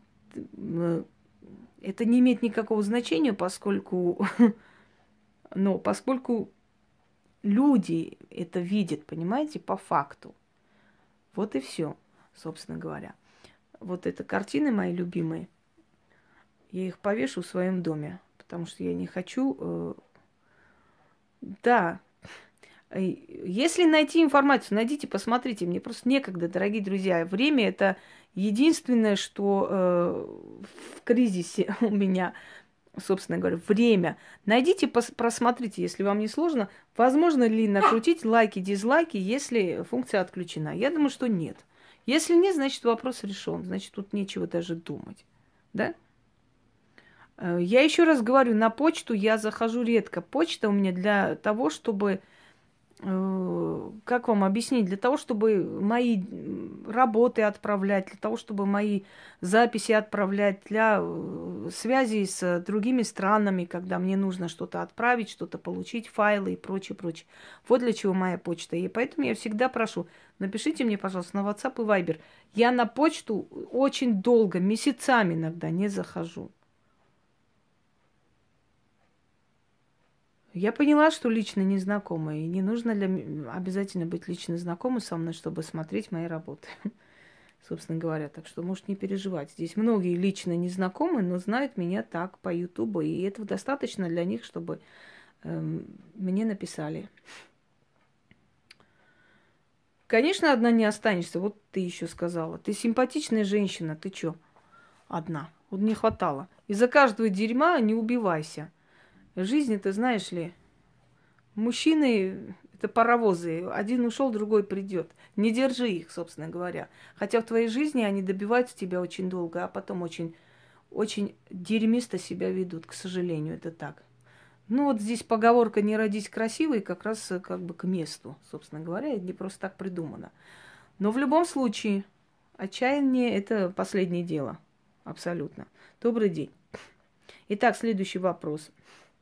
это не имеет никакого значения, поскольку, но поскольку люди это видят, понимаете, по факту. Вот и все, собственно говоря. Вот это картины мои любимые. Я их повешу в своем доме, потому что я не хочу. Да. Если найти информацию, найдите, посмотрите. Мне просто некогда, дорогие друзья. Время это единственное, что в кризисе у меня, собственно говоря, время. Найдите, просмотрите, если вам не сложно. Возможно ли накрутить лайки, дизлайки, если функция отключена? Я думаю, что нет. Если нет, значит, вопрос решен. Значит, тут нечего даже думать. Да? Я еще раз говорю, на почту я захожу редко. Почта у меня для того, чтобы, как вам объяснить, для того, чтобы мои работы отправлять, для того, чтобы мои записи отправлять, для связи с другими странами, когда мне нужно что-то отправить, что-то получить, файлы и прочее, прочее. Вот для чего моя почта. И поэтому я всегда прошу, напишите мне, пожалуйста, на WhatsApp и Viber. Я на почту очень долго, месяцами иногда не захожу. Я поняла, что лично незнакомые. И не нужно обязательно быть лично знакомым со мной, чтобы смотреть мои работы. Собственно говоря. Так что можете не переживать. Здесь многие лично незнакомые, но знают меня так по Ютубу. И этого достаточно для них, чтобы мне написали. Конечно, одна не останешься. Вот ты еще сказала. Ты симпатичная женщина. Ты чё? Одна. Вот не хватало. Из-за каждого дерьма не убивайся. Жизнь, это, знаешь ли, мужчины – это паровозы. Один ушел, другой придет. Не держи их, собственно говоря. Хотя в твоей жизни они добиваются тебя очень долго, а потом очень, очень дерьмисто себя ведут, к сожалению, это так. Ну вот здесь поговорка «не родись красивой» как раз как бы к месту, собственно говоря, это не просто так придумано. Но в любом случае, отчаяние – это последнее дело. Абсолютно. Добрый день. Итак, следующий вопрос.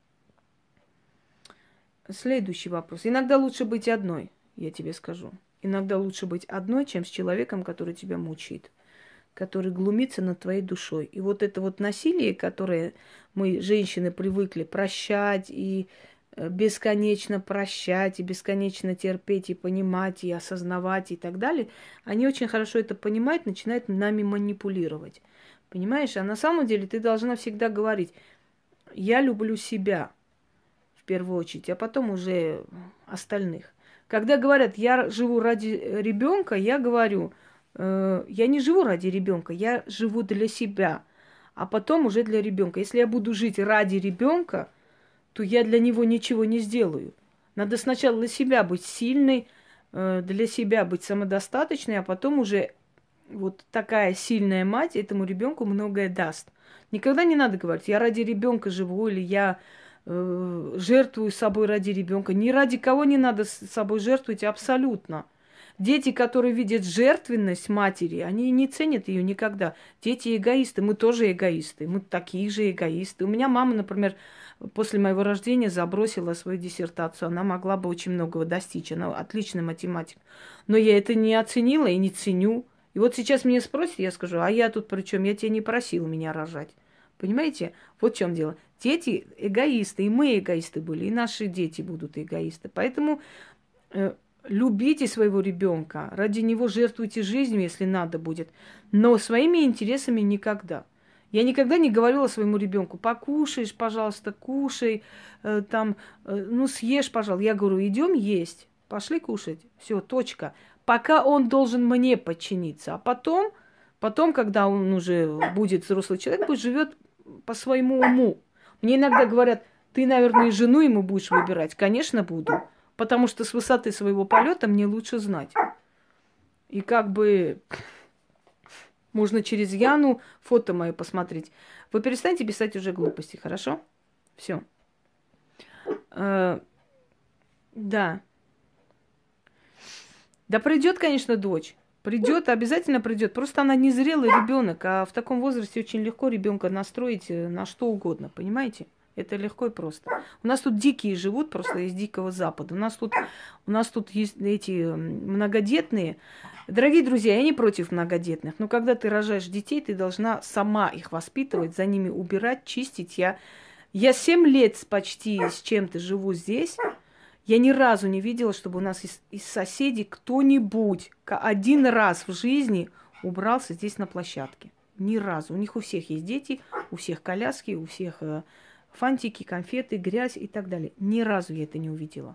Следующий вопрос. Иногда лучше быть одной, я тебе скажу. Иногда лучше быть одной, чем с человеком, который тебя мучает, который глумится над твоей душой. И вот это вот насилие, которое мы, женщины, привыкли прощать и бесконечно прощать, и бесконечно терпеть, и понимать, и осознавать, и так далее, они очень хорошо это понимают, начинают нами манипулировать. Понимаешь? А на самом деле ты должна всегда говорить: я люблю себя в первую очередь, а потом уже остальных. Когда говорят, я живу ради ребенка, я говорю, я не живу ради ребенка, я живу для себя, а потом уже для ребенка. Если я буду жить ради ребенка, то я для него ничего не сделаю. Надо сначала для себя быть сильной, для себя быть самодостаточной, а потом уже вот такая сильная мать этому ребенку многое даст. Никогда не надо говорить, я ради ребенка живу, или я жертвую собой ради ребенка. Ни ради кого не надо с собой жертвовать абсолютно. Дети, которые видят жертвенность матери, они не ценят ее никогда. Дети эгоисты, мы тоже эгоисты, мы такие же эгоисты. У меня мама, например, после моего рождения забросила свою диссертацию. Она могла бы очень многого достичь, она отличный математик. Но я это не оценила и не ценю. И вот сейчас меня спросят, я скажу, а я тут при чем? Я тебя не просила меня рожать. Понимаете? Вот в чем дело. Дети эгоисты, и мы эгоисты были, и наши дети будут эгоисты. Поэтому любите своего ребенка, ради него жертвуйте жизнью, если надо будет, но своими интересами никогда. Я никогда не говорила своему ребенку: покушаешь, пожалуйста, кушай, ну съешь, пожалуйста. Я говорю: идем есть, пошли кушать. Все, точка. Пока он должен мне подчиниться, а потом, когда он уже будет взрослый человек, пусть живет по своему уму. Мне иногда говорят: ты, наверное, и жену ему будешь выбирать. Конечно, буду. Потому что с высоты своего полета мне лучше знать. И как бы можно через Яну фото мое посмотреть. Вы перестаньте писать уже глупости, хорошо? Все. Да. Да придет, конечно, дочь. Придет, обязательно придет. Просто она незрелый ребенок, а в таком возрасте очень легко ребенка настроить на что угодно, понимаете? Это легко и просто. У нас тут дикие живут, просто из Дикого Запада. У нас тут есть эти многодетные. Дорогие друзья, я не против многодетных, но когда ты рожаешь детей, ты должна сама их воспитывать, за ними убирать, чистить. Я 7 лет почти с чем-то живу здесь. Я ни разу не видела, чтобы у нас из соседей кто-нибудь один раз в жизни убрался здесь на площадке. Ни разу. У них у всех есть дети, у всех коляски, у всех фантики, конфеты, грязь и так далее. Ни разу я это не увидела.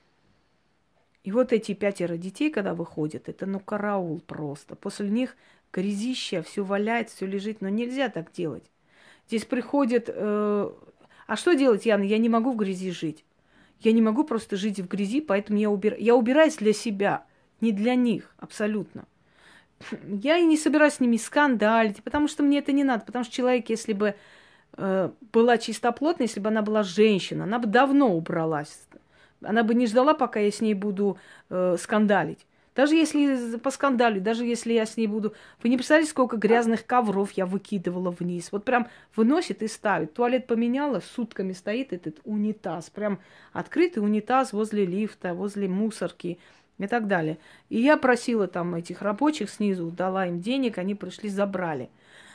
И вот эти 5 детей, когда выходят, это ну караул просто. После них грязища, все валяется, все лежит. Но нельзя так делать. Здесь приходят... А что делать, Яна? Я не могу в грязи жить. Я не могу просто жить в грязи, поэтому я убираюсь для себя, не для них, абсолютно. Я и не собираюсь с ними скандалить, потому что мне это не надо. Потому что человек, если бы была чистоплотна, если бы она была женщина, она бы давно убралась. Она бы не ждала, пока я с ней буду скандалить. Даже если поскандалю, даже если я с ней буду... Вы не представляете, сколько грязных ковров я выкидывала вниз. Вот прям выносит и ставит. Туалет поменяла, сутками стоит этот унитаз. Прям открытый унитаз возле лифта, возле мусорки и так далее. И я просила там этих рабочих снизу, дала им денег, они пришли, забрали.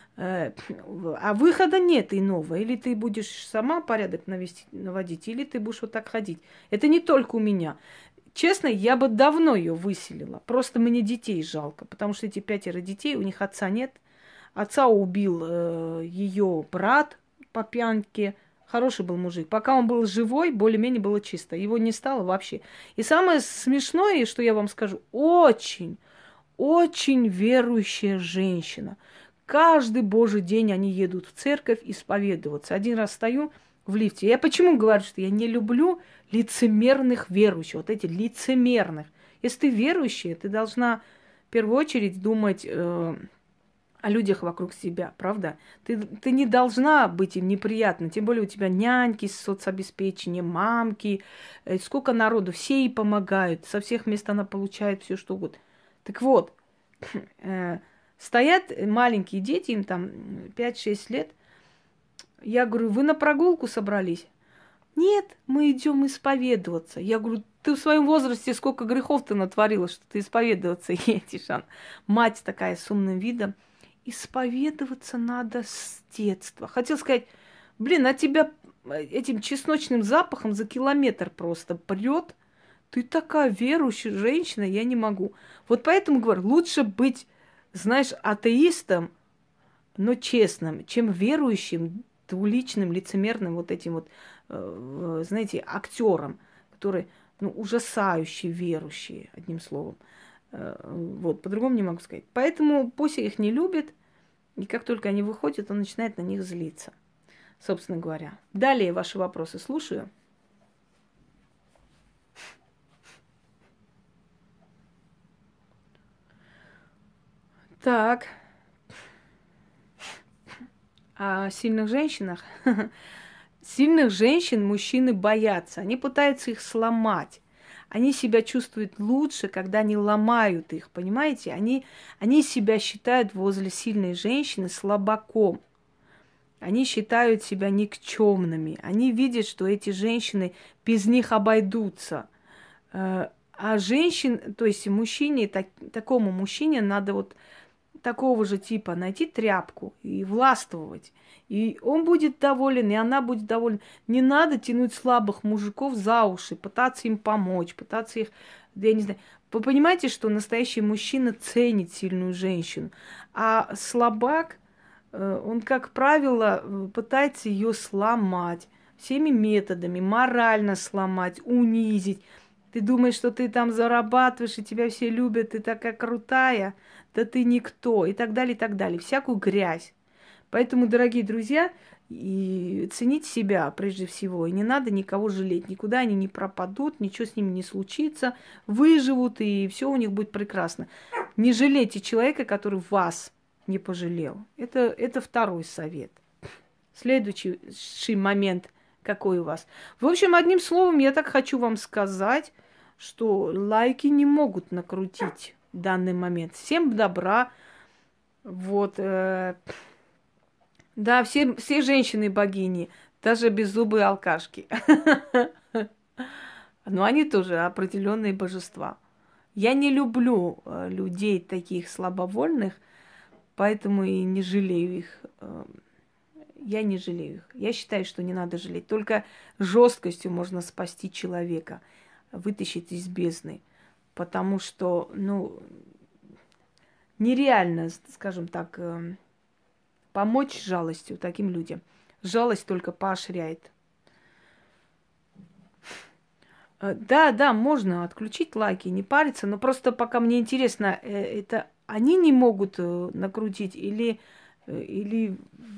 А выхода нет иного. Или ты будешь сама порядок наводить, или ты будешь вот так ходить. Это не только у меня. Честно, я бы давно ее выселила. Просто мне детей жалко, потому что эти 5 детей, у них отца нет. Отца убил ее брат по пьянке. Хороший был мужик. Пока он был живой, более-менее было чисто. Его не стало вообще. И самое смешное, что я вам скажу, очень, очень верующая женщина. Каждый божий день они едут в церковь исповедоваться. Один раз стою в лифте. Я почему говорю, что я не люблю лицемерных верующих, вот эти лицемерных. Если ты верующая, ты должна в первую очередь думать о людях вокруг себя, правда? Ты не должна быть им неприятна, тем более у тебя няньки с соцобеспечением, мамки, сколько народу, все ей помогают, со всех мест она получает все что угодно. Так вот, стоят маленькие дети, им там 5-6 лет. Я говорю: вы на прогулку собрались? Нет, мы идем исповедоваться. Я говорю: ты в своем возрасте сколько грехов ты натворила, что ты исповедоваться едешь? Мать такая с умным видом. Исповедоваться надо с детства. Хотел сказать: блин, а тебя этим чесночным запахом за километр просто прет. Ты такая верующая женщина, я не могу. Вот поэтому говорю, лучше быть, знаешь, атеистом, но честным, чем верующим, двуличным, лицемерным вот этим вот, знаете, актером, который, ну, ужасающий верующий, одним словом. Вот, по-другому не могу сказать. Поэтому Пуся их не любит, и как только они выходят, он начинает на них злиться, собственно говоря. Далее ваши вопросы слушаю. Так. О сильных женщинах. Сильных женщин мужчины боятся. Они пытаются их сломать. Они себя чувствуют лучше, когда они ломают их, понимаете? Они себя считают возле сильной женщины слабаком. Они считают себя никчемными. Они видят, что эти женщины без них обойдутся. А женщин, то есть мужчине, такому мужчине надо вот такого же типа найти тряпку и властвовать. И он будет доволен, и она будет довольна. Не надо тянуть слабых мужиков за уши, пытаться им помочь, пытаться их, я не знаю. Вы понимаете, что настоящий мужчина ценит сильную женщину, а слабак, он, как правило, пытается ее сломать всеми методами, морально сломать, унизить. Ты думаешь, что ты там зарабатываешь, и тебя все любят, ты такая крутая, да ты никто, и так далее, и так далее. Всякую грязь. Поэтому, дорогие друзья, и цените себя прежде всего. И не надо никого жалеть. Никуда они не пропадут, ничего с ними не случится. Выживут, и все у них будет прекрасно. Не жалейте человека, который вас не пожалел. Это второй совет. Следующий момент какой у вас. В общем, одним словом, я так хочу вам сказать, что лайки не могут накрутить в данный момент. Всем добра. Вот. Да, все женщины богини, даже беззубые алкашки. Но они тоже определенные божества. Я не люблю людей таких слабовольных, поэтому и не жалею их. Я не жалею их. Я считаю, что не надо жалеть. Только жесткостью можно спасти человека, вытащить из бездны. Потому что, ну, нереально, скажем так, помочь жалостью таким людям. Жалость только поощряет. Да, можно отключить лайки, не париться, но просто пока мне интересно, это они не могут накрутить или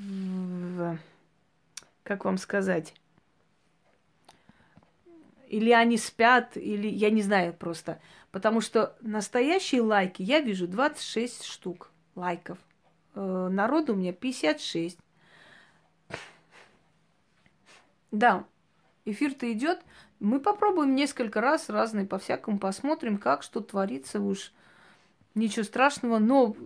как вам сказать, или они спят, или я не знаю просто. Потому что настоящие лайки я вижу 26 штук лайков. Народу у меня 56. Да, эфир-то идет. Мы попробуем несколько раз разные по-всякому, посмотрим, как что творится уж. Ничего страшного, но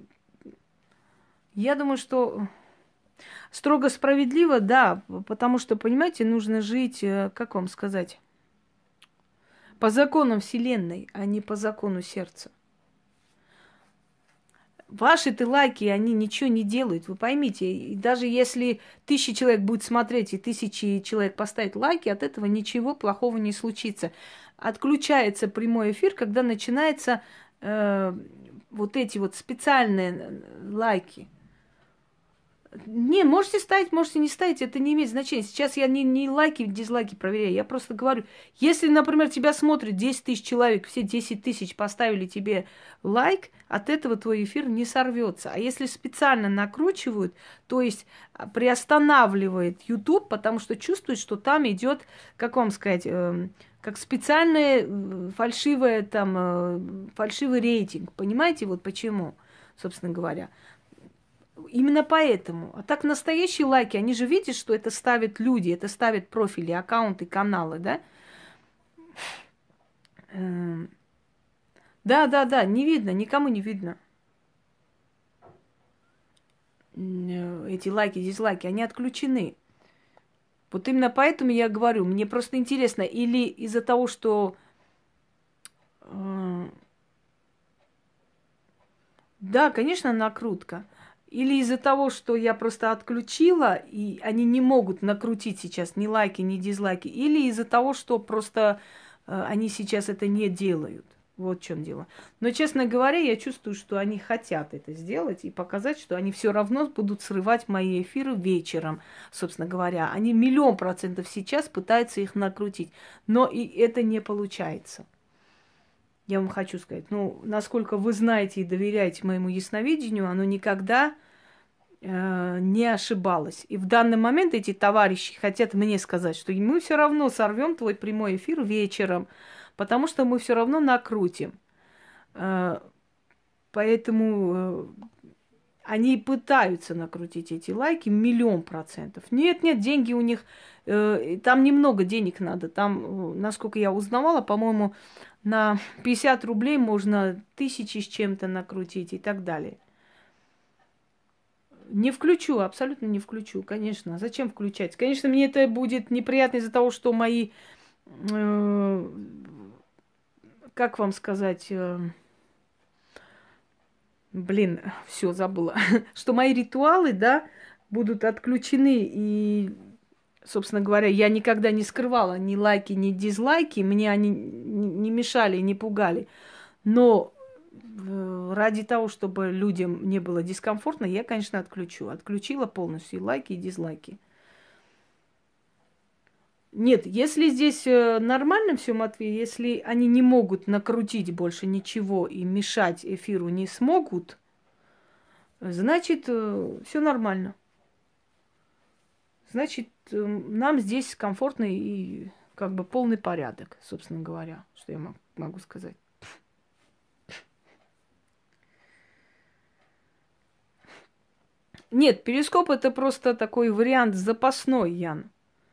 я думаю, что строго справедливо, да, потому что, понимаете, нужно жить, как вам сказать, по законам Вселенной, а не по закону сердца. Ваши-то лайки, они ничего не делают, вы поймите. И даже если 1000 человек будет смотреть и 1000 человек поставит лайки, от этого ничего плохого не случится. Отключается прямой эфир, когда начинаются вот эти вот специальные лайки. Не, можете ставить, можете не ставить, это не имеет значения. Сейчас я не лайки, дизлайки проверяю, я просто говорю, если, например, тебя смотрит 10 000 человек, все 10 000 поставили тебе лайк, от этого твой эфир не сорвется. А если специально накручивают, то есть приостанавливает YouTube, потому что чувствует, что там идет, как вам сказать, как специальный фальшивый рейтинг. Понимаете, вот почему, собственно говоря. Именно поэтому. А так настоящие лайки, они же видят, что это ставят люди, это ставят профили, аккаунты, каналы, да? Да, не видно, никому не видно. Эти лайки, дизлайки, они отключены. Вот именно поэтому я говорю, мне просто интересно, или из-за того, что... Да, конечно, накрутка. Или из-за того, что я просто отключила, и они не могут накрутить сейчас ни лайки, ни дизлайки. Или из-за того, что просто они сейчас это не делают. Вот в чем дело. Но, честно говоря, я чувствую, что они хотят это сделать и показать, что они все равно будут срывать мои эфиры вечером, собственно говоря. Они 1000000% сейчас пытаются их накрутить. Но и это не получается. Я вам хочу сказать, ну, насколько вы знаете и доверяете моему ясновидению, оно никогда не ошибалось. И в данный момент эти товарищи хотят мне сказать, что мы все равно сорвем твой прямой эфир вечером, потому что мы все равно накрутим. Поэтому они пытаются накрутить эти лайки 1000000%. Нет, деньги у них, там немного денег надо. Там, насколько я узнавала, по-моему, на 50 рублей можно 1000 с чем-то накрутить и так далее. Не включу, абсолютно не включу, конечно. Зачем включать? Конечно, мне это будет неприятно из-за того, что мои, как вам сказать, все забыла, что мои ритуалы, да, будут отключены, и, собственно говоря, я никогда не скрывала ни лайки, ни дизлайки, мне они не мешали, не пугали. Но ради того, чтобы людям не было дискомфортно, я, конечно, отключу. Отключила полностью и лайки, и дизлайки. Нет, если здесь нормально все, Матвей, если они не могут накрутить больше ничего и мешать эфиру не смогут, значит, все нормально. Значит, нам здесь комфортно и как бы полный порядок, собственно говоря, что я могу сказать. Нет, перископ это просто такой вариант запасной, Ян.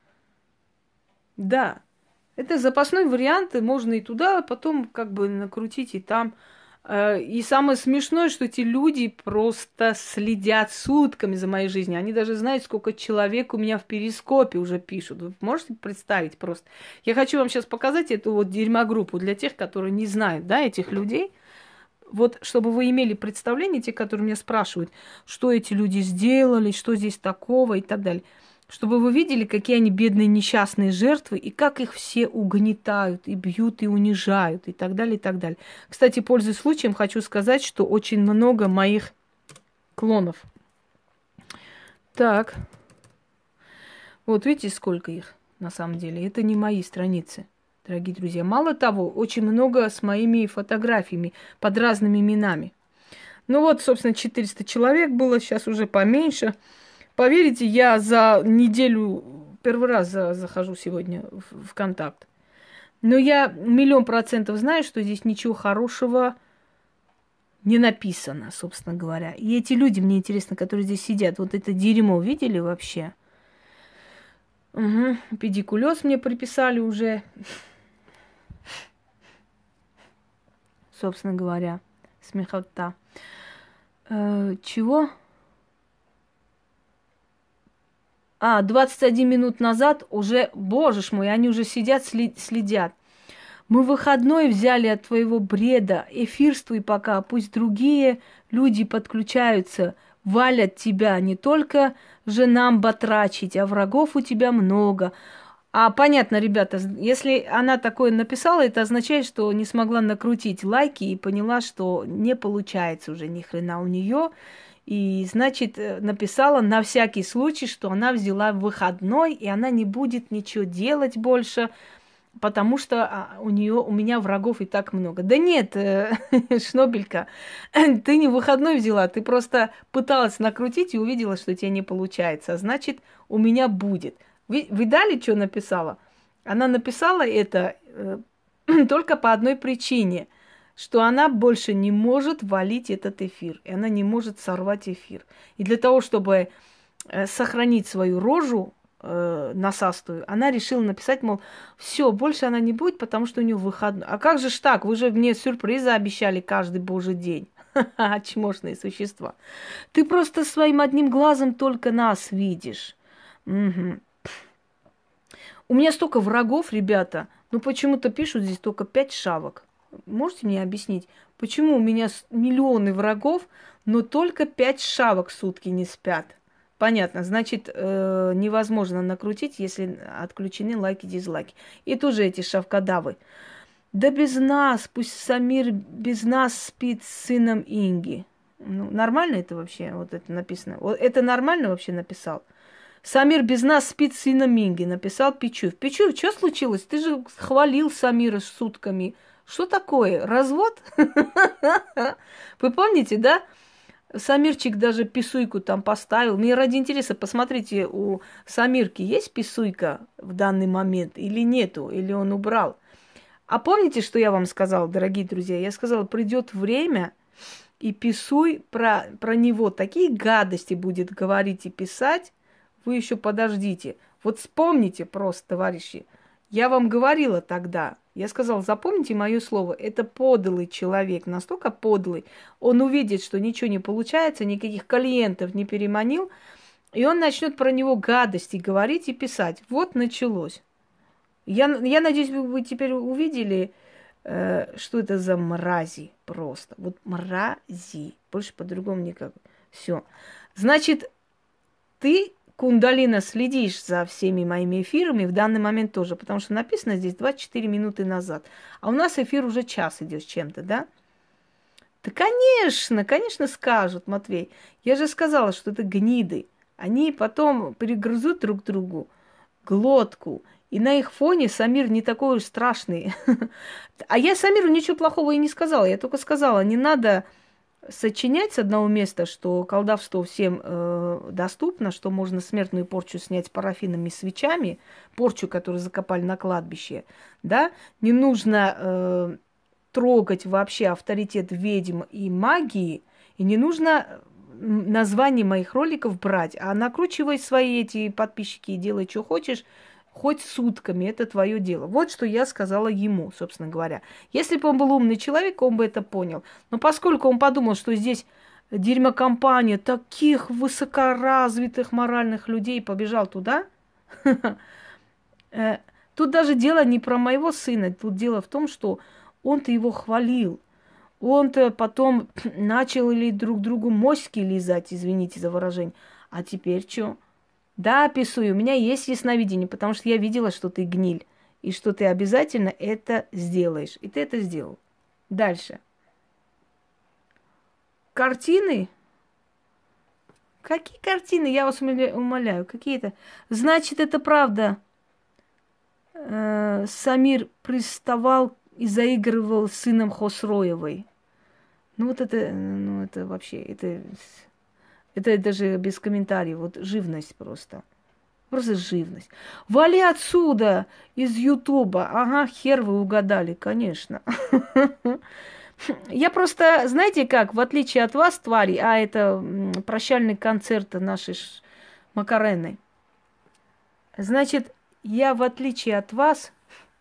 Да, это запасной вариант, и можно и туда потом как бы накрутить, и там. И самое смешное, что эти люди просто следят сутками за моей жизнью. Они даже знают, сколько человек у меня в перископе уже пишут. Вы можете представить просто? Я хочу вам сейчас показать эту вот дерьмогруппу для тех, которые не знают, да, этих людей. Вот, чтобы вы имели представление, те, которые меня спрашивают, что эти люди сделали, что здесь такого и так далее. Чтобы вы видели, какие они бедные несчастные жертвы, и как их все угнетают, и бьют, и унижают, и так далее, и так далее. Кстати, пользуясь случаем, хочу сказать, что очень много моих клонов. Так. Вот видите, сколько их на самом деле. Это не мои страницы, дорогие друзья. Мало того, очень много с моими фотографиями под разными именами. Ну вот, собственно, 400 человек было, сейчас уже поменьше. Поверите, я за неделю первый раз захожу сегодня в контакт. Но я 1000000% знаю, что здесь ничего хорошего не написано, собственно говоря. И эти люди, мне интересно, которые здесь сидят, вот это дерьмо видели вообще? Угу. Педикулез мне приписали уже. Собственно говоря, смехота. Чего? 21 минут назад уже, боже ж мой, они уже сидят, следят. Мы выходной взяли от твоего бреда, эфирствуй пока, пусть другие люди подключаются, валят тебя, не только же нам батрачить, а врагов у тебя много. Понятно, ребята, если она такое написала, это означает, что не смогла накрутить лайки и поняла, что не получается уже ни хрена у нее. И, значит, написала на всякий случай, что она взяла выходной, и она не будет ничего делать больше, потому что у меня врагов и так много. Да нет, Шнобелька, ты не выходной взяла, ты просто пыталась накрутить и увидела, что тебе не получается. Значит, у меня будет. Вы видали, что написала? Она написала это только по одной причине – что она больше не может валить этот эфир, и она не может сорвать эфир. И для того, чтобы сохранить свою рожу насастую, она решила написать, мол, все, больше она не будет, потому что у нее выходной. А как же ж так? Вы же мне сюрпризы обещали каждый божий день. Ха-ха, чмошные существа. Ты просто своим одним глазом только нас видишь. Угу. У меня столько врагов, ребята, но почему-то пишут здесь только 5 шавок. Можете мне объяснить, почему у меня миллионы врагов, но только 5 шавок в сутки не спят? Понятно, значит, невозможно накрутить, если отключены лайки, дизлайки. И тоже эти шавкодавы. Да без нас, пусть Самир без нас спит с сыном Инги. Ну, нормально это вообще, вот это написано? Вот это нормально вообще написал? Самир без нас спит с сыном Инги, написал Пичуев. Пичуев, что случилось? Ты же хвалил Самира сутками. Что такое? Развод? Вы помните, да? Самирчик даже писуйку там поставил. Мне ради интереса, посмотрите, у Самирки есть писуйка в данный момент или нету, или он убрал. А помните, что я вам сказала, дорогие друзья? Я сказала, придет время, и писуй про него такие гадости будет говорить и писать, вы еще подождите. Вот вспомните просто, товарищи. Я вам говорила тогда, я сказала, запомните мое слово, это подлый человек, настолько подлый. Он увидит, что ничего не получается, никаких клиентов не переманил, и он начнет про него гадости говорить и писать. Вот началось. Я надеюсь, вы теперь увидели, что это за мрази просто. Вот мрази. Больше по-другому никак. Все. Значит, ты, Кундалина, следишь за всеми моими эфирами в данный момент тоже, потому что написано здесь 24 минуты назад. А у нас эфир уже час идет с чем-то, да? Да, конечно, конечно скажут, Матвей. Я же сказала, что это гниды. Они потом перегрызут друг другу глотку. И на их фоне Самир не такой уж страшный. А я Самиру ничего плохого и не сказала. Я только сказала, не надо сочинять с одного места, что колдовство всем доступно, что можно смертную порчу снять парафинами, свечами, порчу, которую закопали на кладбище, да, не нужно трогать вообще авторитет ведьм и магии, и не нужно название моих роликов брать, а накручивай свои эти подписчики и делай, что хочешь, хоть сутками, это твое дело. Вот что я сказала ему, собственно говоря. Если бы он был умный человек, он бы это понял. Но поскольку он подумал, что здесь дерьмокомпания таких высокоразвитых моральных людей, побежал туда, тут даже дело не про моего сына, тут дело в том, что он-то его хвалил. Он-то потом начал или друг другу моськи лизать, извините за выражение. А теперь что? Да, Писуй, у меня есть ясновидение, потому что я видела, что ты гниль, и что ты обязательно это сделаешь. И ты это сделал. Дальше. Картины? Какие картины? Я вас умоляю. Какие-то. Значит, это правда. Самир приставал и заигрывал с сыном Хосроевой. Ну вот это, ну это вообще, это даже без комментариев, вот живность просто. Просто живность. Вали отсюда, из Ютуба. Ага, хер вы угадали, конечно. Я просто, знаете как, в отличие от вас, твари, а это прощальный концерт нашей Макарены. Значит, я в отличие от вас,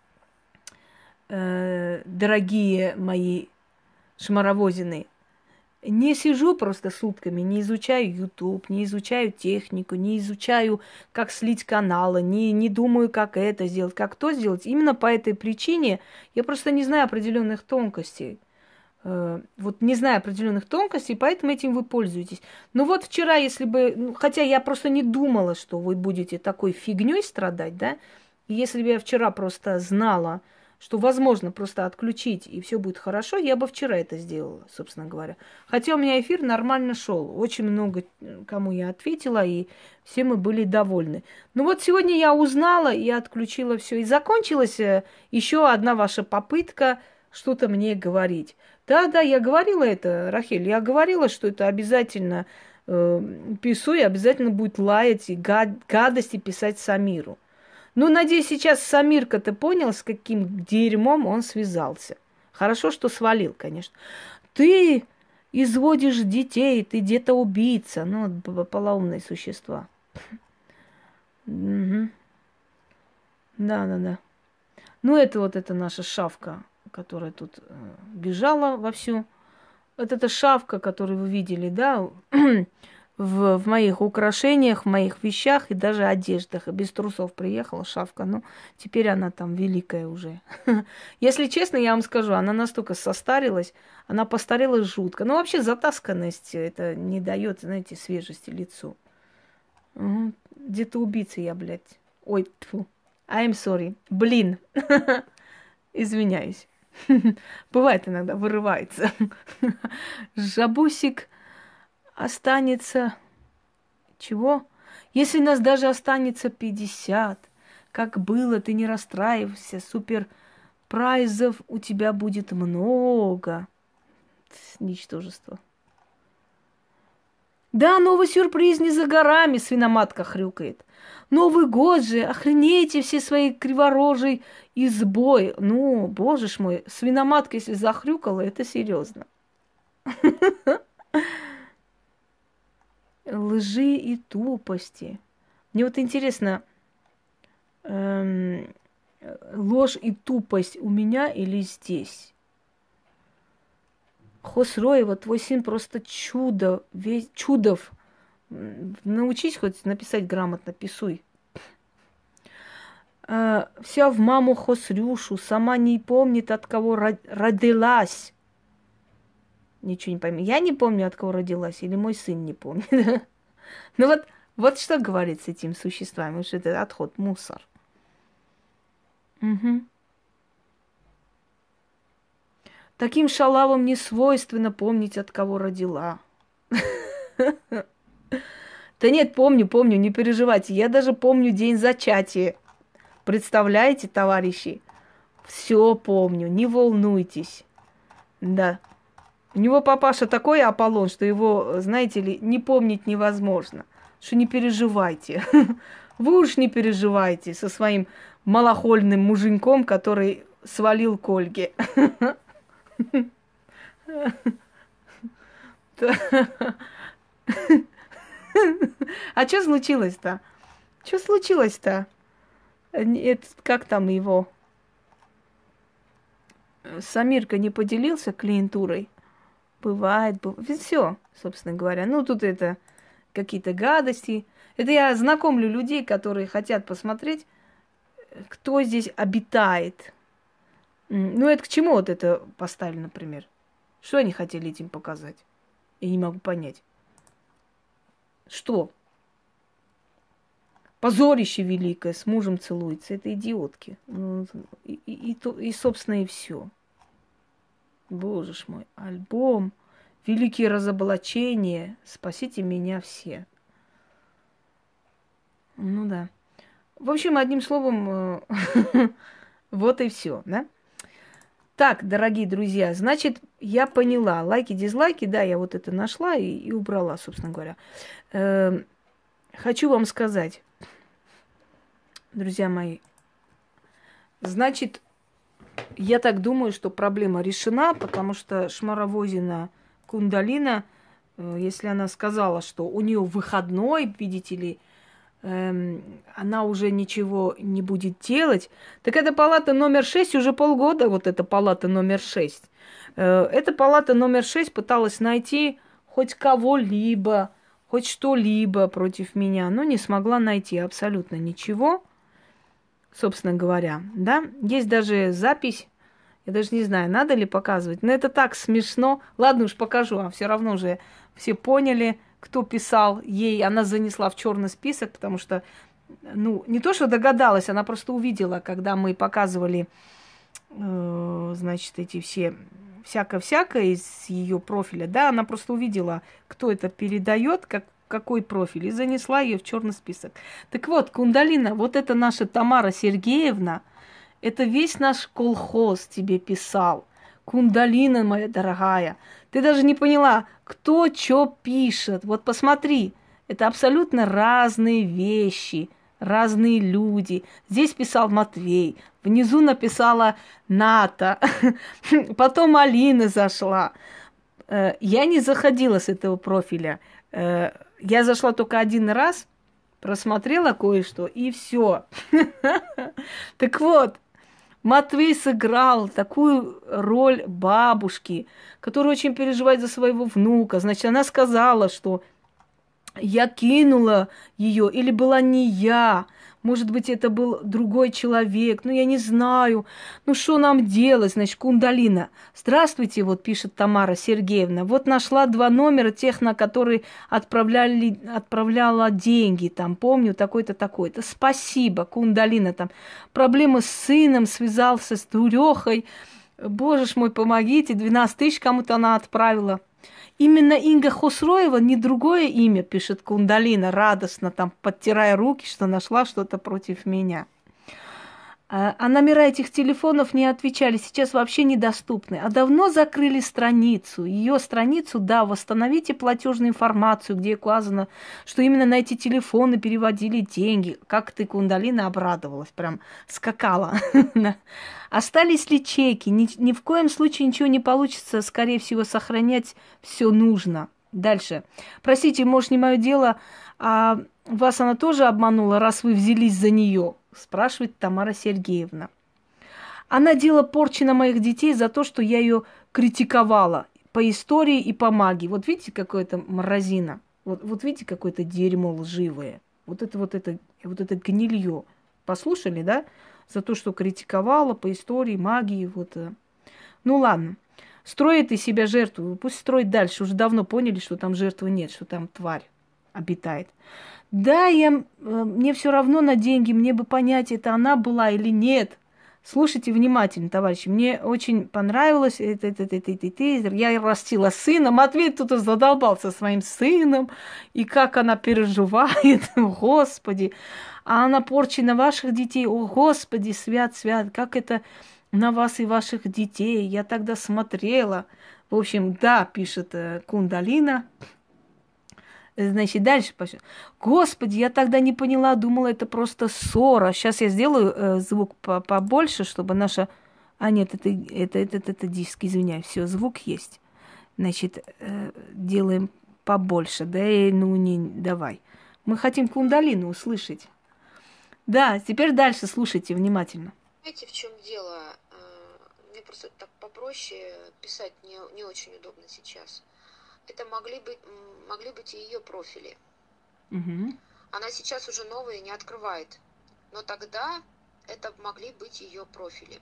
дорогие мои шмаровозины, не сижу просто сутками, не изучаю YouTube, не изучаю технику, не изучаю, как слить каналы, не думаю, как это сделать, как то сделать. Именно по этой причине я просто не знаю определенных тонкостей. Вот не знаю определенных тонкостей, поэтому этим вы пользуетесь. Но вот вчера, если бы, хотя я просто не думала, что вы будете такой фигней страдать, да, и если бы я вчера просто знала, что возможно просто отключить и все будет хорошо, я бы вчера это сделала, собственно говоря. Хотя у меня эфир нормально шел, очень много кому я ответила, и все мы были довольны. Но вот сегодня я узнала и отключила все, и закончилась еще одна ваша попытка что-то мне говорить. Да, я говорила это, Рахель, я говорила, что это обязательно Писуй, обязательно будет лаять и гадости писать Самиру. Ну, надеюсь, сейчас Самирка-то понял, с каким дерьмом он связался. Хорошо, что свалил, конечно. Ты изводишь детей, ты где-то убийца. Ну, полоумные существа. Угу. Да. Ну, это наша шавка, которая тут бежала вовсю. Вот эта шавка, которую вы видели, да, в моих украшениях, в моих вещах и даже одеждах. И без трусов приехала шавка. Ну, теперь она там великая уже. Если честно, я вам скажу, она настолько состарилась, она постарела жутко. Ну, вообще затасканность это не дает, знаете, свежести лицу. Угу. Где-то убийца я, блядь. Ой, тьфу. I'm sorry. Блин. Извиняюсь. Бывает иногда, вырывается. Жабусик останется... Чего? Если нас даже останется 50, как было, ты не расстраивайся, супер прайзов у тебя будет много. Ничтожество. Да, новый сюрприз не за горами, свиноматка хрюкает. Новый год же, охренейте все свои криворожей избой. Ну, боже ж мой, свиноматка, если захрюкала, это серьезно. Лжи и тупости. Мне вот интересно, ложь и тупость у меня или здесь? Хосроева, твой сын просто чудо, весь чудов. Научись хоть написать грамотно, Писуй. Вся в маму Хосрюшу, сама не помнит, от кого родилась. Ничего не пойму. Я не помню, от кого родилась, или мой сын не помнит. Ну вот что говорит с этим существами, что это отход, мусор. Угу. Таким шалавам не свойственно помнить, от кого родила. Да нет, помню, не переживайте. Я даже помню день зачатия. Представляете, товарищи? Все помню, не волнуйтесь. Да. У него папаша такой Аполлон, что его, знаете ли, не помнить невозможно. Что не переживайте. Вы уж не переживайте со своим малохольным муженьком, который свалил к Ольге. А что случилось-то? Что случилось-то? Как там его? Самирка не поделился клиентурой? Бывает. Все, собственно говоря. Ну, тут это какие-то гадости. Это я знакомлю людей, которые хотят посмотреть, кто здесь обитает. Ну, это к чему вот это поставили, например? Что они хотели этим показать? Я не могу понять. Что? Позорище великое, с мужем целуется. Это идиотки. И собственно, и все. Боже ж мой, альбом, великие разоблачения, спасите меня все. Ну да. В общем, одним словом, вот и все, да? Так, дорогие друзья, значит, я поняла. Лайки, дизлайки, да, я вот это нашла и убрала, собственно говоря. Хочу вам сказать, друзья мои, значит, я так думаю, что проблема решена, потому что Шмаровозина Кундалина, если она сказала, что у нее выходной, видите ли, она уже ничего не будет делать, так эта палата номер 6 уже полгода, вот эта палата номер 6. Эта палата номер 6 пыталась найти хоть кого-либо, хоть что-либо против меня, но не смогла найти абсолютно ничего, собственно говоря, да. Есть даже запись, я даже не знаю, надо ли показывать, но это так смешно. Ладно уж, покажу, а все равно уже все поняли, кто писал ей. Она занесла в черный список, потому что, ну, не то, что догадалась, она просто увидела, когда мы показывали, значит, эти все всякое-всякое из ее профиля, да, она просто увидела, кто это передает, какой профиль, и занесла ее в черный список. Так вот, Кундалина, вот это наша Тамара Сергеевна, это весь наш колхоз тебе писал. Кундалина, моя дорогая, ты даже не поняла, кто что пишет. Вот посмотри, это абсолютно разные вещи, разные люди. Здесь писал Матвей, внизу написала Ната, потом Алина зашла. Я не заходила с этого профиля. Я зашла только один раз, просмотрела кое-что, и все. Так вот, Матвей сыграл такую роль бабушки, которая очень переживает за своего внука. Значит, она сказала, что я кинула ее, или была не я. Может быть, это был другой человек. Ну, я не знаю. Ну, что нам делать? Значит, Кундалина. Здравствуйте, вот пишет Тамара Сергеевна. Вот нашла 2 номера тех, на которые отправляла деньги. Там, помню, такой-то, такой-то. Спасибо, Кундалина. Там проблемы с сыном, связался с дурехой. Боже ж мой, помогите. 12 тысяч кому-то она отправила. Именно Инга Хусроева, не другое имя, пишет Кундалина, радостно, там, подтирая руки, что нашла что-то против меня. А номера этих телефонов не отвечали, сейчас вообще недоступны. А давно закрыли страницу. Ее страницу, да, восстановите платежную информацию, где указано, что именно на эти телефоны переводили деньги. Как ты, Кундалина, обрадовалась, прям скакала. Остались ли чеки? Ни в коем случае ничего не получится, скорее всего, сохранять все нужно. Дальше. Простите, может, не мое дело, а вас она тоже обманула, раз вы взялись за нее? Спрашивает Тамара Сергеевна. Она делала порчи на моих детей за то, что я ее критиковала по истории и по магии. Вот видите, какое-то мразина. Вот видите, какое-то дерьмо лживое. Вот это гнилье. Послушали, да? За то, что критиковала по истории, магии. Вот. Ну ладно. Строит из себя жертву. Пусть строит дальше. Уже давно поняли, что там жертвы нет, что там тварь обитает. Да, мне все равно на деньги, мне бы понять, это она была или нет. Слушайте внимательно, товарищи. Мне очень понравилось. Я растила сына. Матвей тут задолбался своим сыном. И как она переживает. Господи. А она порчи на ваших детей. О, Господи, свят, свят. Как это на вас и ваших детей. Я тогда смотрела. В общем, да, пишет Кундалина. Значит, дальше пошел. Господи, я тогда не поняла, думала, это просто ссора. Сейчас я сделаю звук побольше, чтобы наша... А, нет, это диск, извиняюсь. Все, звук есть. Значит, делаем побольше. Да, ну не, давай. Мы хотим Кундалину услышать. Да, теперь дальше слушайте внимательно. Знаете, в чем дело? Мне просто так попроще писать не очень удобно сейчас. Это могли быть и ее профили. Угу. Она сейчас уже новые не открывает. Но тогда это могли быть ее профили.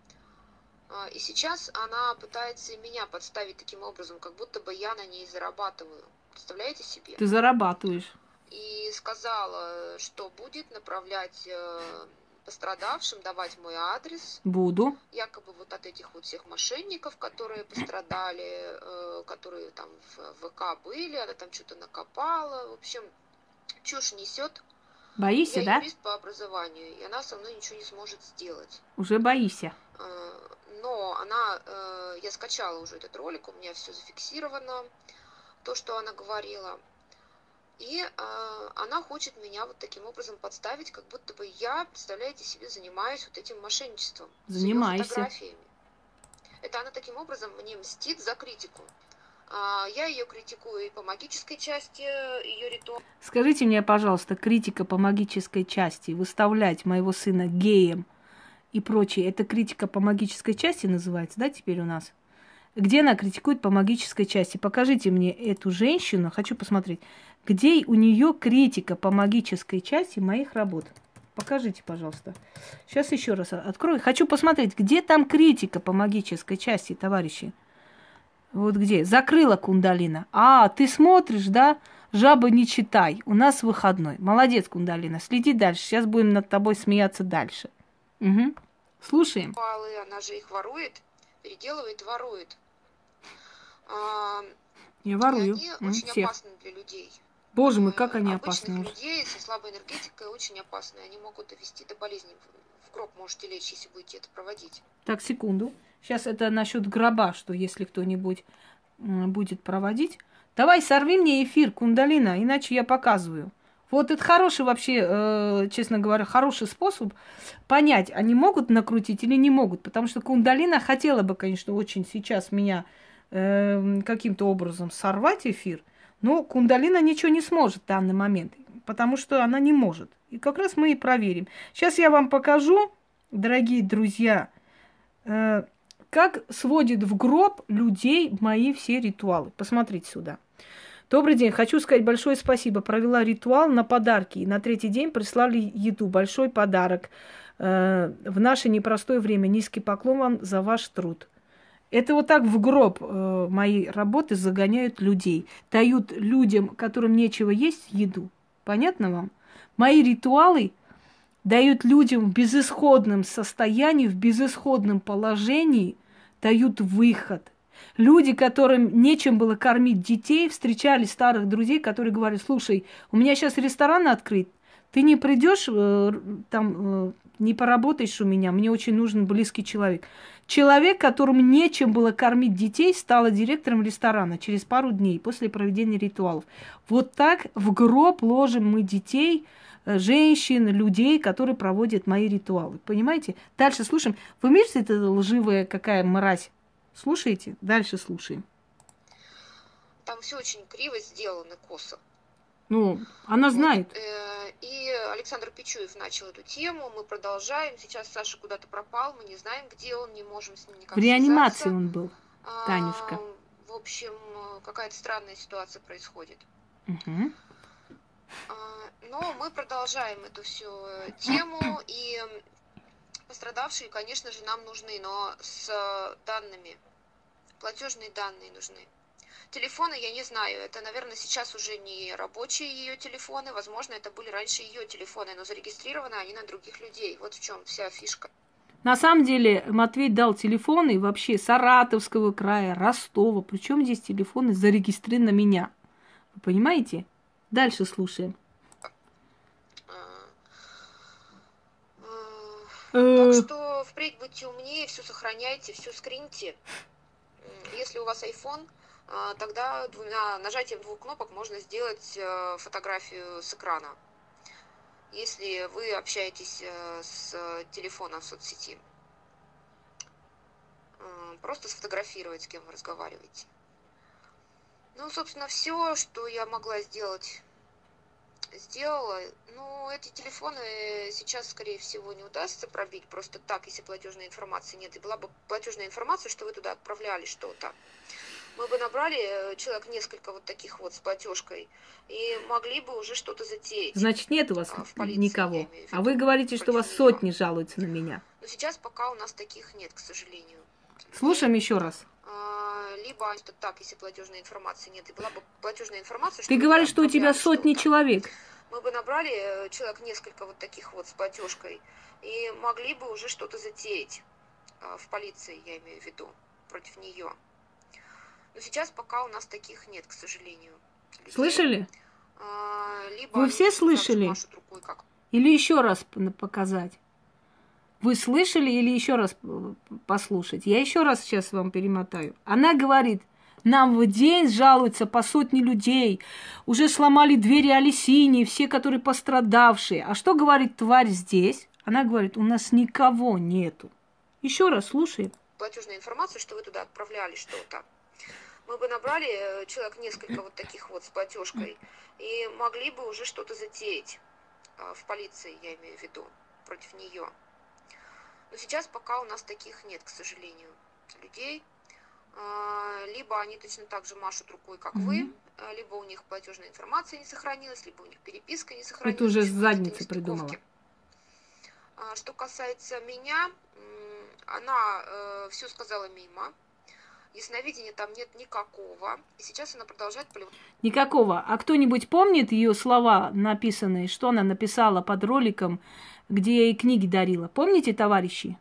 И сейчас она пытается меня подставить таким образом, как будто бы я на ней зарабатываю. Представляете себе? Ты зарабатываешь. И сказала, что будет направлять пострадавшим, давать мой адрес. Буду. Якобы вот от этих вот всех мошенников, которые пострадали, которые там в ВК были, она там что-то накопала. В общем, чушь несет. Боишься, да? Я юрист по образованию, и она со мной ничего не сможет сделать. Уже боишься. Но я скачала уже этот ролик, у меня все зафиксировано, то, что она говорила. И она хочет меня вот таким образом подставить, как будто бы я, представляете себе, занимаюсь вот этим мошенничеством. Занимайся. С ее фотографиями. Это она таким образом мне мстит за критику. Я ее критикую и по магической части, ее ритуал. Скажите мне, пожалуйста, критика по магической части, выставлять моего сына геем и прочее, это критика по магической части называется, да, теперь у нас? Где она критикует по магической части? Покажите мне эту женщину, хочу посмотреть, где у нее критика по магической части моих работ. Покажите, пожалуйста. Сейчас еще раз открою. Хочу посмотреть, где там критика по магической части, товарищи. Вот где. Закрыла Кундалина. А, ты смотришь, да? Жаба, не читай. У нас выходной. Молодец, Кундалина. Следи дальше. Сейчас будем над тобой смеяться дальше. Угу. Слушаем. Она же их ворует, переделывает, ворует. Я ворую. Они очень всех. опасны для людей. Боже мой, как они опасны. Обычных людей со слабой энергетикой очень опасны. Они могут довести до болезни. В гроб можете лечь, если будете это проводить. Так, секунду. Сейчас это насчет гроба, что если кто-нибудь будет проводить. Давай сорви мне эфир, Кундалина, иначе я показываю. Вот это хороший вообще, честно говоря, хороший способ понять, они могут накрутить или не могут. Потому что Кундалина хотела бы, конечно, очень сейчас меня каким-то образом сорвать эфир. Но Кундалина ничего не сможет в данный момент, потому что она не может. И как раз мы и проверим. Сейчас я вам покажу, дорогие друзья, как сводит в гроб людей мои все ритуалы. Посмотрите сюда. Добрый день. Хочу сказать большое спасибо. Провела ритуал на подарки. И на третий день прислали еду. Большой подарок. В наше непростое время. Низкий поклон вам за ваш труд. Это вот так в гроб мои работы загоняют людей. Дают людям, которым нечего есть, еду. Понятно вам? Мои ритуалы дают людям в безысходном состоянии, в безысходном положении, дают выход. Люди, которым нечем было кормить детей, встречали старых друзей, которые говорят: слушай, у меня сейчас ресторан открыт, ты не придешь, не поработаешь у меня, мне очень нужен близкий человек. Человек, которому нечем было кормить детей, стала директором ресторана через пару дней после проведения ритуалов. Вот так в гроб ложим мы детей, женщин, людей, которые проводят мои ритуалы. Понимаете? Дальше слушаем. Вы видите, это лживая какая мразь? Слушаете? Дальше слушаем. Там все очень криво сделано, косо. Ну, она знает. И Александр Пичуев начал эту тему, мы продолжаем. Сейчас Саша куда-то пропал, мы не знаем, где он, не можем с ним никак В реанимации связаться. он был, Танюшка. В общем, какая-то странная ситуация происходит. Угу. Но мы продолжаем эту всю тему, и пострадавшие, конечно же, нам нужны, но с данными, платежные данные нужны. Телефоны я не знаю, это, наверное, сейчас уже не рабочие ее телефоны, возможно, это были раньше ее телефоны, но зарегистрированы они на других людей. Вот в чем вся фишка. На самом деле Матвей дал телефоны вообще Саратовского края, Ростова. Причем здесь телефоны зарегистрированы на меня. Вы понимаете? Дальше слушаем. Так что впредь будьте умнее, все сохраняйте, все скриньте. Если у вас iPhone, тогда нажатием двух кнопок можно сделать фотографию с экрана, если вы общаетесь с телефона в соцсети. Просто сфотографировать, с кем вы разговариваете. Ну, собственно, все, что я могла сделать, сделала. Ну, эти телефоны сейчас, скорее всего, не удастся пробить просто так, если платежной информации нет. И была бы платежная информация, что вы туда отправляли что-то. Мы бы набрали человек несколько вот таких вот с платежкой и могли бы уже что-то затеять. Значит, нет у вас в полиции, никого. А вы говорите, что у вас сотни жалуются на меня. Но сейчас пока у нас таких нет, к сожалению. Слушаем еще раз. Либо что так, если платежной информации нет, и была бы платежная информация, что ты говоришь, что у тебя сотни человек. Мы бы набрали человек несколько вот таких вот с платежкой и могли бы уже что-то затеять в полиции, я имею в виду, против нее. Но сейчас пока у нас таких нет, к сожалению. Людей. Слышали? Либо вы все слышали? Рукой, как... Или еще раз показать? Вы слышали или еще раз послушать? Я еще раз сейчас вам перемотаю. Она говорит, нам в день жалуются по сотне людей. Уже сломали двери Алисини, все, которые пострадавшие. А что говорит тварь здесь? Она говорит, у нас никого нету. Еще раз слушаем. Платежная информация, что вы туда отправляли что-то. Мы бы набрали человек несколько вот таких вот с платежкой и могли бы уже что-то затеять в полиции, я имею в виду, против нее. Но сейчас пока у нас таких нет, к сожалению, людей. Либо они точно так же машут рукой, как вы, либо у них платежная информация не сохранилась, либо у них переписка не сохранилась. Это уже с задницы придумала. Что касается меня, она все сказала мимо. Ясновидения там нет никакого. И сейчас она продолжает поливать. Никакого. А кто-нибудь помнит ее слова написанные, что она написала под роликом, где я ей книги дарила? Помните, товарищи?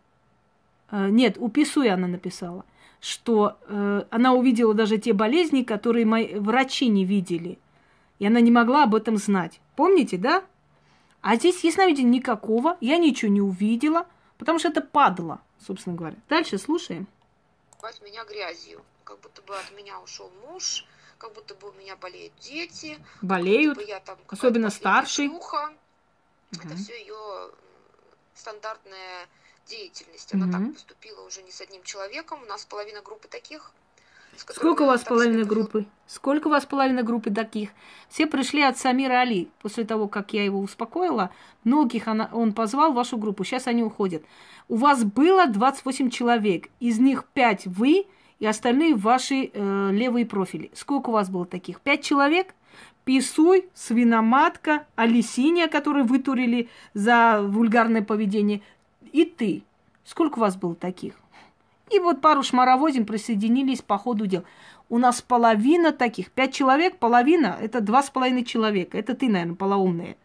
Нет, у Писуя она написала, что она увидела даже те болезни, которые мои врачи не видели. И она не могла об этом знать. Помните, да? А здесь ясновидения никакого. Я ничего не увидела, потому что это падло, собственно говоря. Дальше слушаем. Меня грязью. Как будто бы от меня ушел муж, как будто бы у меня болеют дети. Болеют, я там особенно старший. Шлюха. Это все ее стандартная деятельность. Она так поступила уже не с одним человеком. У нас половина группы таких. Сколько у вас половина группы? Сколько у вас половина группы таких? Все пришли от Самира Али. После того, как я его успокоила, многих он позвал в вашу группу. Сейчас они уходят. У вас было 28 человек. Из них 5 вы и остальные ваши левые профили. Сколько у вас было таких? 5 человек? Писуй, свиноматка, Алисиния, которую вытурили за вульгарное поведение. И ты. Сколько у вас было таких? И вот пару шмаровозин присоединились по ходу дел. У нас половина таких. 5 человек, половина, это 2,5 человека. Это ты, наверное, полоумная.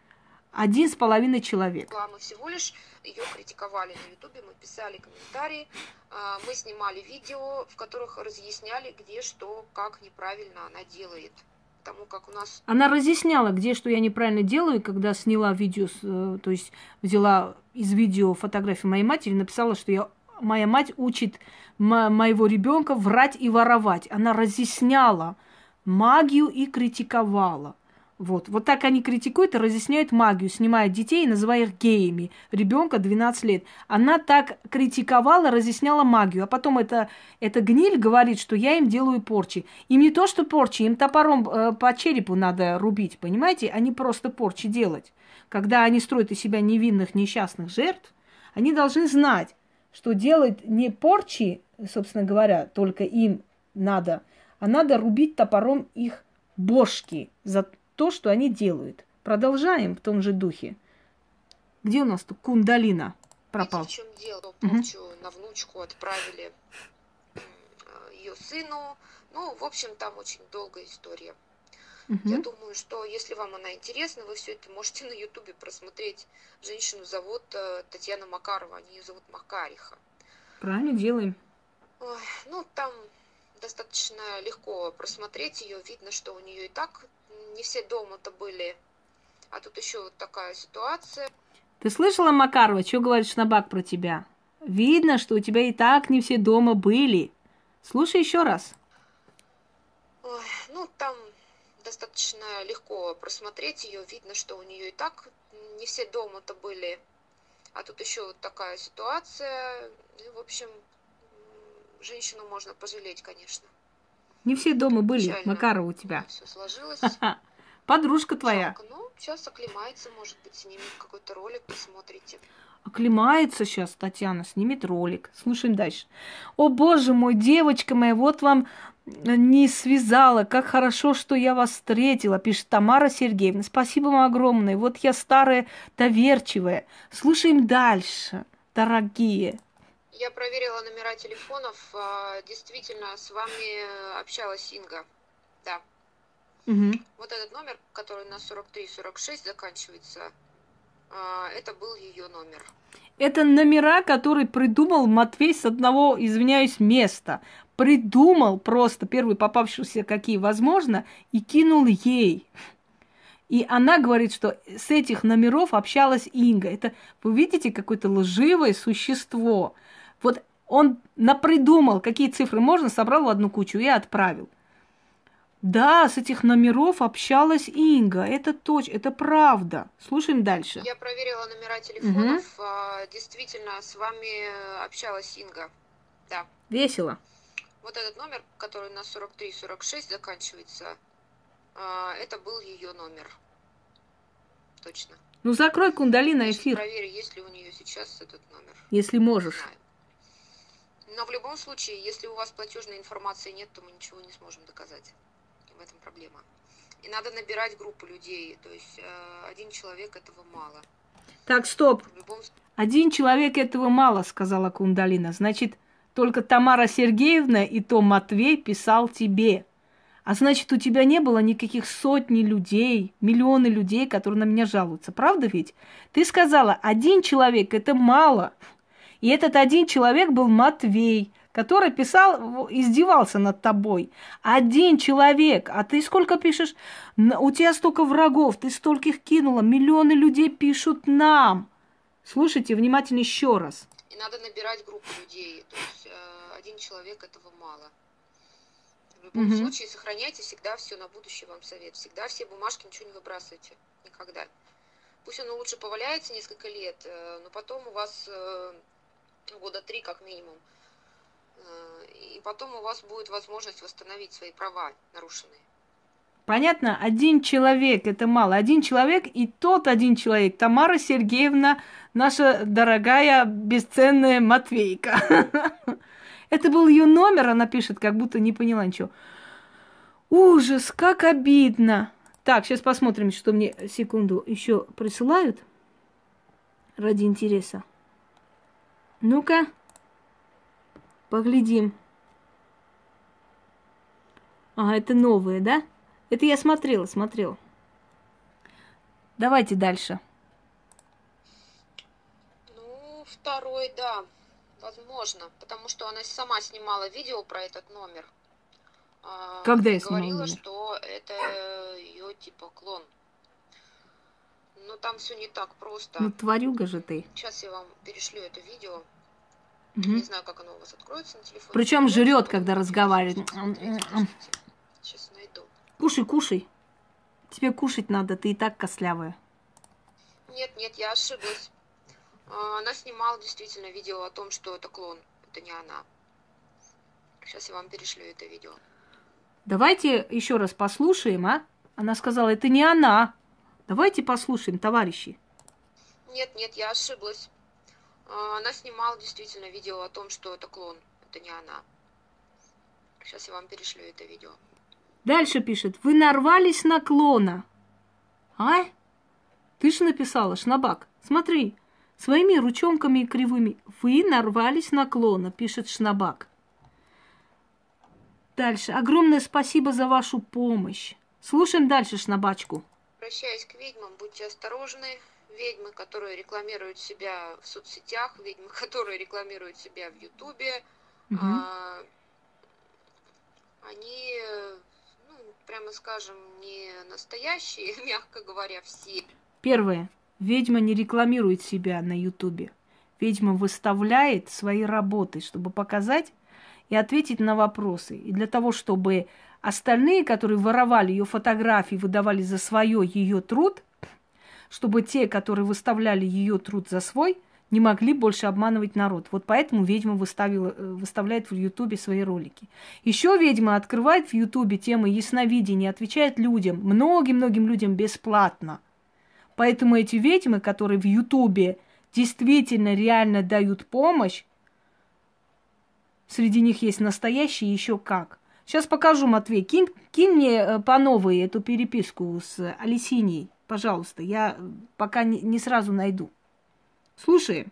1,5 человека. Мы всего лишь ее критиковали на Ютубе, мы писали комментарии, мы снимали видео, в которых разъясняли, где, что, как неправильно она делает. Потому как у нас... Она разъясняла, где, что я неправильно делаю, когда сняла видео, то есть взяла из видео фотографию моей матери, написала, что моя мать учит моего ребенка врать и воровать. Она разъясняла магию и критиковала. Вот так они критикуют и разъясняют магию, снимая детей и называя их геями. Ребенка 12 лет. Она так критиковала, разъясняла магию. А потом эта гниль говорит, что я им делаю порчи. Им не то, что порчи, им топором по черепу надо рубить, понимаете? Они просто порчи делать. Когда они строят из себя невинных, несчастных жертв, они должны знать, что делать не порчи, собственно говоря, только им надо, а надо рубить топором их бошки за то, что они делают. Продолжаем в том же духе. Где у нас тут Кундалина пропал? Видите, в чем дело? Порчу на внучку отправили ее сыну. Ну, в общем, там очень долгая история. Я думаю, что если вам она интересна, вы все это можете на Ютубе просмотреть. Женщину зовут Татьяна Макарова, они ее зовут Макариха. Правильно делаем. Ой, ну, там достаточно легко просмотреть ее. Видно, что у нее и так не все дома-то были. А тут еще вот такая ситуация. Ты слышала, Макарова, что говорит Шнабак про тебя? Видно, что у тебя и так не все дома были. Слушай еще раз. Ой, ну, там достаточно легко просмотреть ее. Видно, что у нее и так не все дома-то были. А тут еще вот такая ситуация. И, в общем, женщину можно пожалеть, конечно. Не все дома были, Печально. Макарова, у тебя. Все сложилось. Подружка твоя. Жалко. Ну, сейчас оклемается, может быть, снимет какой-то ролик, посмотрите. Оклемается сейчас Татьяна, снимет ролик. Слушаем дальше. О, боже мой, девочка моя, вот вам не связала. Как хорошо, что я вас встретила, пишет Тамара Сергеевна. Спасибо вам огромное. Вот я старая, доверчивая. Слушаем дальше, дорогие. Я проверила номера телефонов. Действительно, с вами общалась Инга. Да. Вот этот номер, который на 43-46 заканчивается, это был ее номер. Это номера, которые придумал Матвей с одного, извиняюсь, места. Придумал просто первый попавшийся, какие возможно, и кинул ей. И она говорит, что с этих номеров общалась Инга. Это, вы видите, какое-то лживое существо. Вот он напридумал, какие цифры можно, собрал в одну кучу и отправил. Да, с этих номеров общалась Инга. Это точно, это правда. Слушаем дальше. Я проверила номера телефонов. Действительно, с вами общалась Инга. Да. Весело. Вот этот номер, который на 43-46 заканчивается, это был ее номер. Точно. Ну, закрой Кундалина эфир. Проверь, есть ли у нее сейчас этот номер. Если можешь. Знаю. Но в любом случае, если у вас платежной информации нет, то мы ничего не сможем доказать. В этом проблема. И надо набирать группу людей. То есть один человек этого мало. Так, стоп. Один человек этого мало, сказала Кундалина. Значит, только Тамара Сергеевна и то Матвей писал тебе. А значит, у тебя не было никаких сотни людей, миллионы людей, которые на меня жалуются. Правда ведь? Ты сказала, один человек это мало. И этот один человек был Матвей, который писал, издевался над тобой. Один человек. А ты сколько пишешь? У тебя столько врагов, ты стольких кинула. Миллионы людей пишут нам. Слушайте внимательно еще раз. И надо набирать группу людей. То есть один человек этого мало. В любом случае, сохраняйте всегда все на будущее, вам совет. Всегда все бумажки, ничего не выбрасывайте. Никогда. Пусть оно лучше поваляется несколько лет, но потом у вас года 3 как минимум. И потом у вас будет возможность восстановить свои права нарушенные. Понятно? Один человек, это мало. Один человек, и тот один человек, Тамара Сергеевна, наша дорогая, бесценная Матвейка. Это был ее номер, она пишет, как будто не поняла ничего. Ужас, как обидно. Так, сейчас посмотрим, что мне, секунду, еще присылают ради интереса. Ну-ка, поглядим. Ага, это новые, да? Это я смотрела. Давайте дальше. Ну, второй, да, возможно, потому что она сама снимала видео про этот номер. Когда я снимала говорила, номер? что это ее типа клон. Но там все не так просто. Ну, тварюга же ты. Сейчас я вам перешлю это видео. Не знаю, как оно у вас откроется на телефоне. Причем жрет, когда разговаривает. Сейчас найду. Кушай. Тебе кушать надо, ты и так костлявая. Нет, я ошиблась. Она снимала действительно видео о том, что это клон. Это не она. Сейчас я вам перешлю это видео. Давайте еще раз послушаем, а? Она сказала, это не она. Давайте послушаем, товарищи. Нет, я ошиблась. Она снимала действительно видео о том, что это клон. Это не она. Сейчас я вам перешлю это видео. Дальше пишет, вы нарвались на клона. А? Ты же написала, Шнабак. Смотри, своими ручонками кривыми. Вы нарвались на клона, пишет Шнабак. Дальше. Огромное спасибо за вашу помощь. Слушаем дальше Шнабачку. Обращаясь к ведьмам, будьте осторожны. Ведьмы, которые рекламируют себя в соцсетях, ведьмы, которые рекламируют себя в Ютубе, они, ну, прямо скажем, не настоящие, мягко говоря, все. Первое. Ведьма не рекламирует себя на Ютубе. Ведьма выставляет свои работы, чтобы показать и ответить на вопросы. И для того, чтобы остальные, которые воровали ее фотографии, выдавали за свое ее труд, чтобы те, которые выставляли ее труд за свой, не могли больше обманывать народ. Вот поэтому ведьма выставляет в Ютубе свои ролики. Еще ведьма открывает в Ютубе темы ясновидения, отвечает людям, многим-многим людям бесплатно. Поэтому эти ведьмы, которые в Ютубе действительно реально дают помощь, среди них есть настоящие еще как. Сейчас покажу, Матвей. Кинь мне по новой эту переписку с Алисиней, пожалуйста. Я пока не сразу найду. Слушай.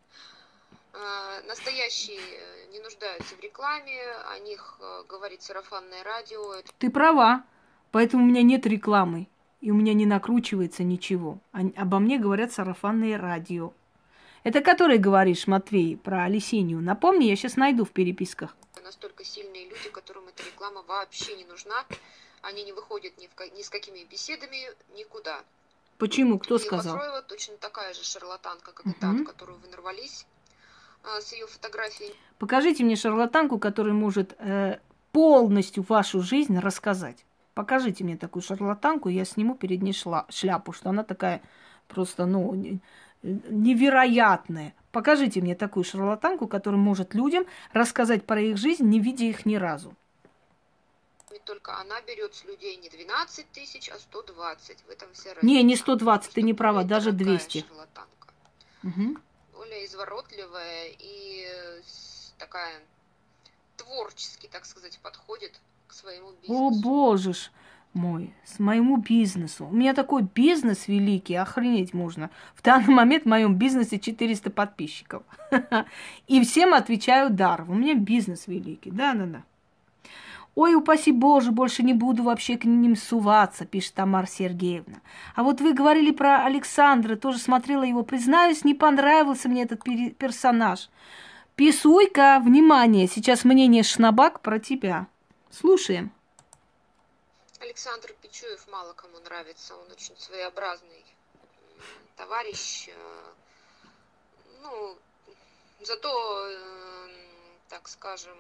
Настоящие не нуждаются в рекламе, о них говорит сарафанное радио. Ты права, поэтому у меня нет рекламы, и у меня не накручивается ничего. Обо мне говорят сарафанное радио. Это который говоришь, Матвей, про Алисинью? Напомни, я сейчас найду в переписках. Настолько сильные люди, которым эта реклама вообще не нужна. Они не выходят ни с какими беседами никуда. Почему? Кто и сказал? Хазроева точно такая же шарлатанка, как и та, в которую вы нарвались с ее фотографией. Покажите мне шарлатанку, которая может полностью вашу жизнь рассказать. Покажите мне такую шарлатанку, я сниму перед ней шляпу, что она такая просто, невероятная. Покажите мне такую шарлатанку, которая может людям рассказать про их жизнь, не видя их ни разу. Только она берет с людей не 12 тысяч, а 120. В этом вся разница. Не 120, ты не права, даже 200. Более изворотливая и такая творчески, так сказать, подходит к своему бизнесу. О, боже ж мой, с моему бизнесу. У меня такой бизнес великий, охренеть можно. В данный момент в моем бизнесе 400 подписчиков. И всем отвечаю даром. У меня бизнес великий. Да. Ой, упаси Боже, больше не буду вообще к ним суваться, пишет Тамара Сергеевна. А вот вы говорили про Александра, тоже смотрела его. Признаюсь, не понравился мне этот персонаж. Писуйка, внимание, сейчас мнение Шнабак про тебя. Слушаем. Александр Пичуев мало кому нравится, он очень своеобразный товарищ. Зато, так скажем,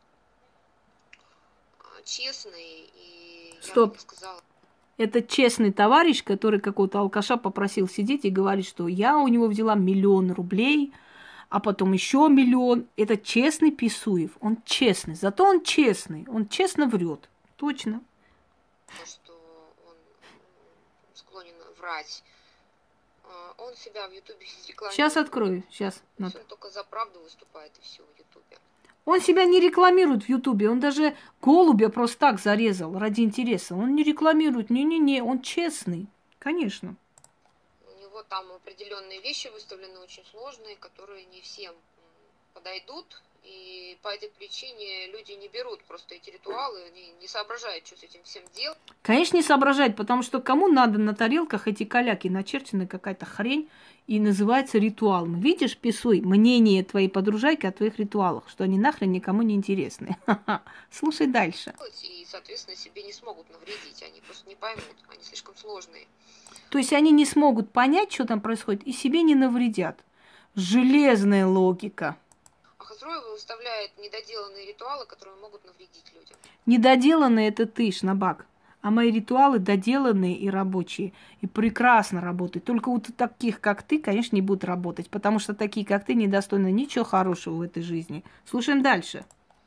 честный и, Стоп. я бы не сказала... Это честный товарищ, который какого-то алкаша попросил сидеть и говорит, что я у него взяла 1 000 000 рублей, а потом еще 1 000 000. Это честный Писуев. Он честный. Зато он честный. Он честно врет. Точно. То, что он склонен врать. Он себя в Ютубе рекламирует. Сейчас открою. Сейчас. Он только за правду выступает и все в Ютубе. Он себя не рекламирует в Ютубе. Он даже голубя просто так зарезал ради интереса. Он не рекламирует. Не-не-не. Он честный. Конечно. У него там определенные вещи выставлены очень сложные, которые не всем подойдут. И по этой причине люди не берут просто эти ритуалы, они не соображают, что с этим всем делать. Конечно, не соображать, потому что кому надо на тарелках эти каляки начерчены, какая-то хрень, и называется ритуалом. Видишь, Писуй, мнение твоей подружайки о твоих ритуалах, что они нахрен никому не интересны. Слушай дальше. И, соответственно, себе не смогут навредить, они просто не поймут, они слишком сложные. То есть они не смогут понять, что там происходит, и себе не навредят. Железная логика. А Хазроева выставляет недоделанные ритуалы, которые могут навредить людям. Недоделанные это ты, Шнабак. А мои ритуалы доделанные и рабочие. И прекрасно работают. Только у таких, как ты, конечно, не будут работать. Потому что такие, как ты, недостойны ничего хорошего в этой жизни. Слушаем дальше.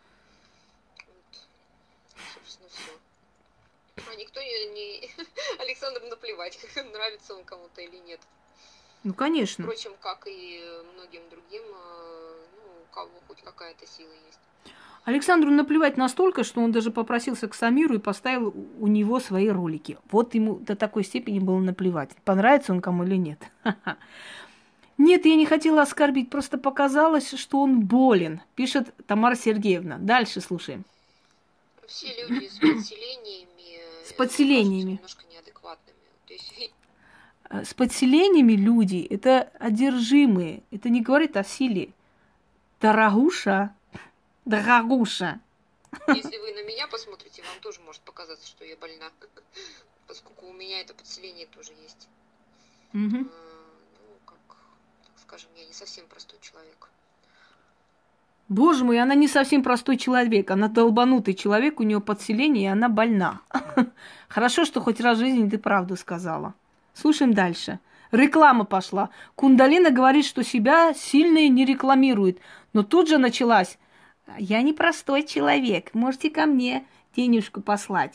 Вот, собственно, все. А никто не... Александру наплевать, нравится он кому-то или нет. Ну, конечно. Впрочем, как и многим другим, у кого хоть какая-то сила есть. Александру наплевать настолько, что он даже попросился к Самиру и поставил у него свои ролики. Вот ему до такой степени было наплевать, понравится он кому или нет. Нет, я не хотела оскорбить, просто показалось, что он болен, пишет Тамара Сергеевна. Дальше слушаем. Все люди с подселениями С подселениями. Немножко неадекватными. То есть... С подселениями люди – это одержимые. Это не говорит о силе. Дорогуша. Дорогуша. Если вы на меня посмотрите, вам тоже может показаться, что я больна. Поскольку у меня это подселение тоже есть. Ну, как, так скажем, я не совсем простой человек. Боже мой, она не совсем простой человек. Она долбанутый человек, у нее подселение, и она больна. Хорошо, что хоть раз в жизни ты правду сказала. Слушаем дальше. Реклама пошла. Кундалина говорит, что себя сильные не рекламирует. Но тут же началась. Я не простой человек. Можете ко мне денежку послать.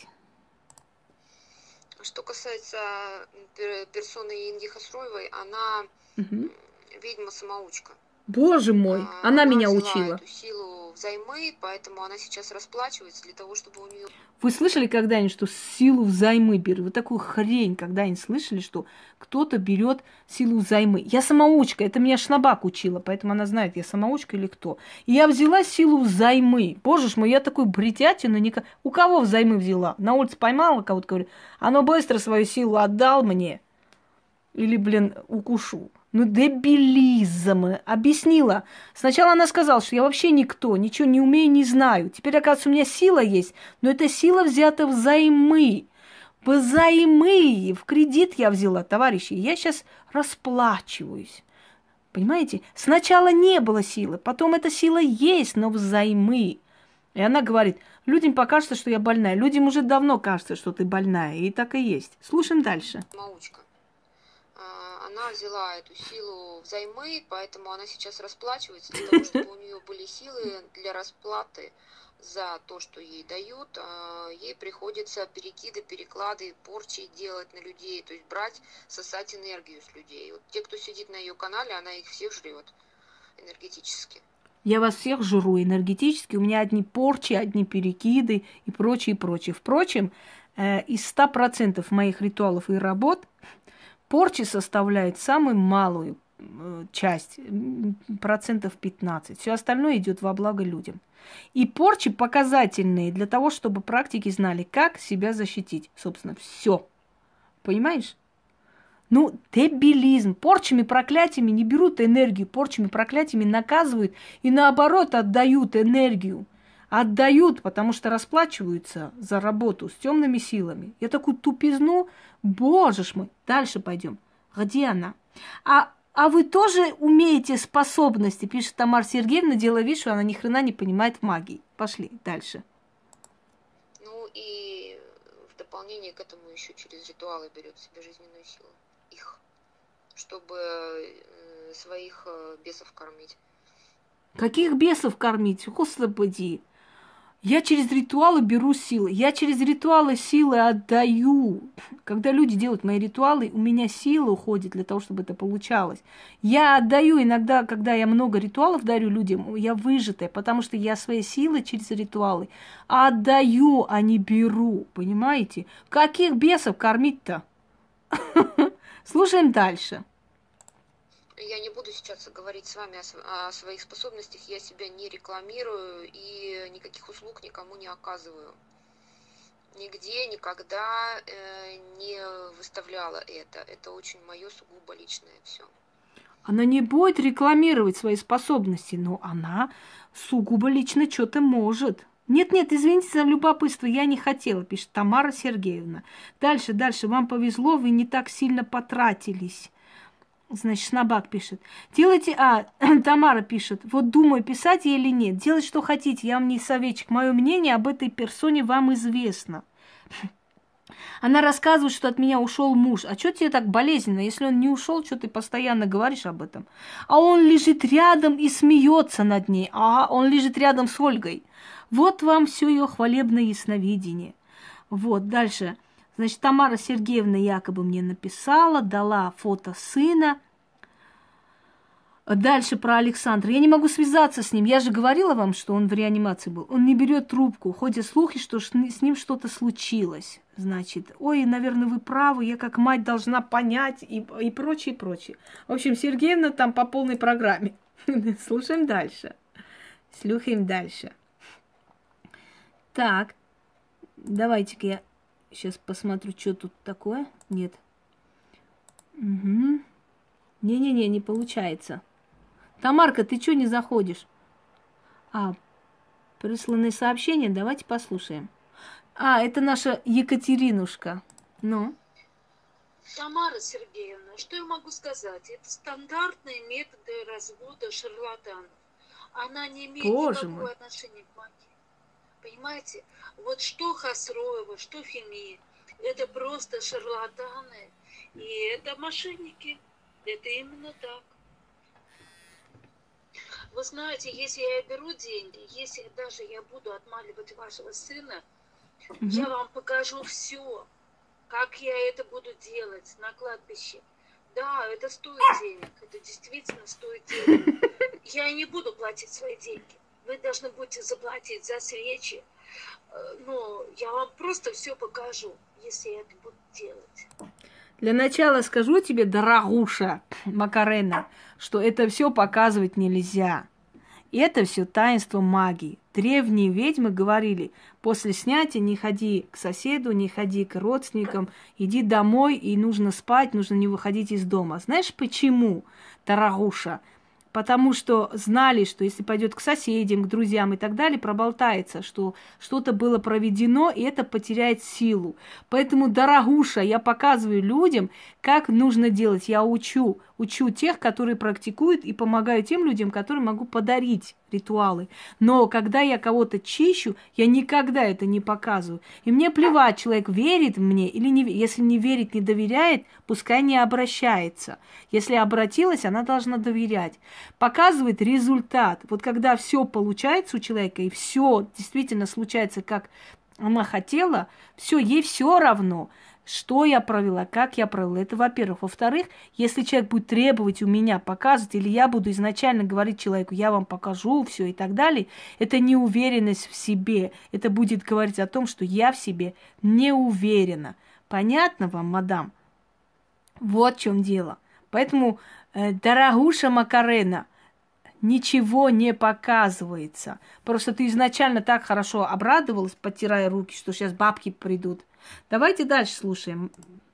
Что касается персоны Инги Хасроевой, она ведьма-самоучка. Боже мой, она меня взяла учила. Эту силу взаймы, поэтому она сейчас расплачивается для того, чтобы у нее... Вы слышали когда-нибудь, что силу взаймы берут? Вы такую хрень когда-нибудь слышали, что кто-то берет силу взаймы? Я самоучка, это меня Шнабак учила, поэтому она знает, я самоучка или кто. И я взяла силу взаймы. Боже ж мой, я такую бредятину никак... У кого взаймы взяла? На улице поймала кого-то, говорю, а ну быстро свою силу отдал мне. Или, блин, укушу. Ну, дебилизм. Объяснила. Сначала она сказала, что я вообще никто, ничего не умею, не знаю. Теперь, оказывается, у меня сила есть, но эта сила взята взаймы. Взаймы. В кредит я взяла, товарищи. Я сейчас расплачиваюсь. Понимаете? Сначала не было силы, потом эта сила есть, но взаймы. И она говорит, людям покажется, что я больная. Людям уже давно кажется, что ты больная. И так и есть. Слушаем дальше. Самоучка. Она взяла эту силу взаймы, поэтому она сейчас расплачивается для того, чтобы у нее были силы для расплаты за то, что ей дают. Ей приходится перекиды, переклады, порчи делать на людей, то есть брать, сосать энергию с людей. Вот те, кто сидит на ее канале, она их всех жрет энергетически. Я вас всех жру энергетически, у меня одни порчи, одни перекиды и прочее, прочее. Впрочем, из 100% моих ритуалов и работ порчи составляет самую малую часть, 15%. Все остальное идет во благо людям. И порчи показательные для того, чтобы практики знали, как себя защитить. Собственно, все. Понимаешь? Ну, дебилизм. Порчами, проклятиями не берут энергию. Порчами, проклятиями наказывают и наоборот отдают энергию. Отдают, потому что расплачиваются за работу с темными силами. Я такую тупизну, боже ж мой. Дальше пойдем. Где она? А вы тоже умеете способности, пишет Тамара Сергеевна, делая вид, что она ни хрена не понимает в магии. Пошли дальше. Ну и в дополнение к этому еще через ритуалы берет себе жизненную силу. Их. Чтобы своих бесов кормить. Каких бесов кормить? Господи! Я через ритуалы беру силы. Я через ритуалы силы отдаю. Когда люди делают мои ритуалы, у меня сила уходит для того, чтобы это получалось. Я отдаю иногда, когда я много ритуалов дарю людям, я выжатая, потому что я свои силы через ритуалы отдаю, а не беру. Понимаете? Каких бесов кормить-то? Слушаем дальше. Я не буду сейчас говорить с вами о своих способностях, я себя не рекламирую и никаких услуг никому не оказываю. Нигде, никогда не выставляла это. Это очень мое сугубо личное все. Она не будет рекламировать свои способности, но она сугубо лично что-то может. Нет, извините за любопытство, я не хотела, пишет Тамара Сергеевна. Дальше, вам повезло, вы не так сильно потратились. Значит, Шнабак пишет. Тамара пишет. Вот думаю, писать ей или нет. Делать, что хотите, я вам не советчик. Мое мнение об этой персоне вам известно. Она рассказывает, что от меня ушел муж. А что тебе так болезненно? Если он не ушел, что ты постоянно говоришь об этом? А он лежит рядом и смеется над ней. А он лежит рядом с Ольгой. Вот вам все ее хвалебное ясновидение. Вот, дальше. Значит, Тамара Сергеевна якобы мне написала, дала фото сына. Дальше про Александра. Я не могу связаться с ним. Я же говорила вам, что он в реанимации был. Он не берет трубку. Ходят слухи, что с ним что-то случилось. Значит, ой, наверное, вы правы. Я как мать должна понять и прочее, и прочее. В общем, Сергеевна там по полной программе. Слушаем дальше. Слухаем дальше. Так, давайте-ка я Сейчас посмотрю, что тут такое. Нет. Угу. Не-не-не, не получается. Тамарка, ты что не заходишь? Присланные сообщения, давайте послушаем. Это наша Екатеринушка. Ну? Тамара Сергеевна, что я могу сказать? Это стандартные методы развода шарлатанов. Она не имеет никакого отношения к магии. Понимаете? Вот что Хасроева, что Феми, это просто шарлатаны. И это мошенники. Это именно так. Вы знаете, если я беру деньги, если даже я буду отмаливать вашего сына, я вам покажу все, как я это буду делать на кладбище. Да, это стоит денег, это действительно стоит денег. Я не буду платить свои деньги. Вы должны будете заплатить за свечи. Но я вам просто все покажу, если я это буду делать. Для начала скажу тебе, дорогуша Макарена, что это все показывать нельзя. Это все таинство магии. Древние ведьмы говорили, после снятия не ходи к соседу, не ходи к родственникам, иди домой, и нужно спать, нужно не выходить из дома. Знаешь почему, дорогуша? Потому что знали, что если пойдет к соседям, к друзьям и так далее, проболтается, что что-то было проведено, и это потеряет силу. Поэтому, дорогуша, я показываю людям, как нужно делать. Я учу тех, которые практикуют, и помогаю тем людям, которым могу подарить ритуалы. Но когда я кого-то чищу, я никогда это не показываю. И мне плевать, человек верит мне или не верит. Если не верит, не доверяет, пускай не обращается. Если обратилась, она должна доверять. Показывает результат. Вот когда все получается у человека, и все действительно случается, как она хотела, все, ей все равно, что я провела, как я провела. Это, во-первых. Во-вторых, если человек будет требовать у меня показывать, или я буду изначально говорить человеку, я вам покажу все и так далее, это неуверенность в себе. Это будет говорить о том, что я в себе не уверена. Понятно вам, мадам? Вот в чем дело. Поэтому, дорогуша Макарена, ничего не показывается. Просто ты изначально так хорошо обрадовалась, потирая руки, что сейчас бабки придут. Давайте дальше слушаем.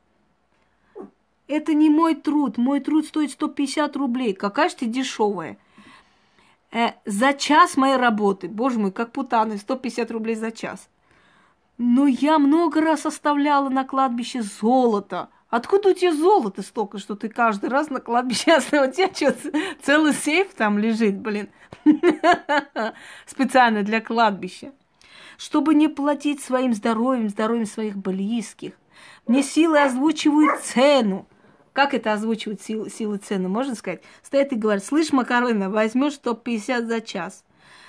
Это не мой труд. Мой труд стоит 150 рублей. Какая же ты дешевая. За час моей работы. Боже мой, как путаны. 150 рублей за час. Но я много раз оставляла на кладбище золото. Откуда у тебя золото столько, что ты каждый раз на кладбище оставляешь? У тебя что, целый сейф там лежит, блин? Специально для кладбища. Чтобы не платить своим здоровьем, здоровьем своих близких. Мне силы озвучивают цену. Как это озвучивают силы цену, можно сказать? Стоят и говорят, слышь, Макарена, возьмешь 150 за час.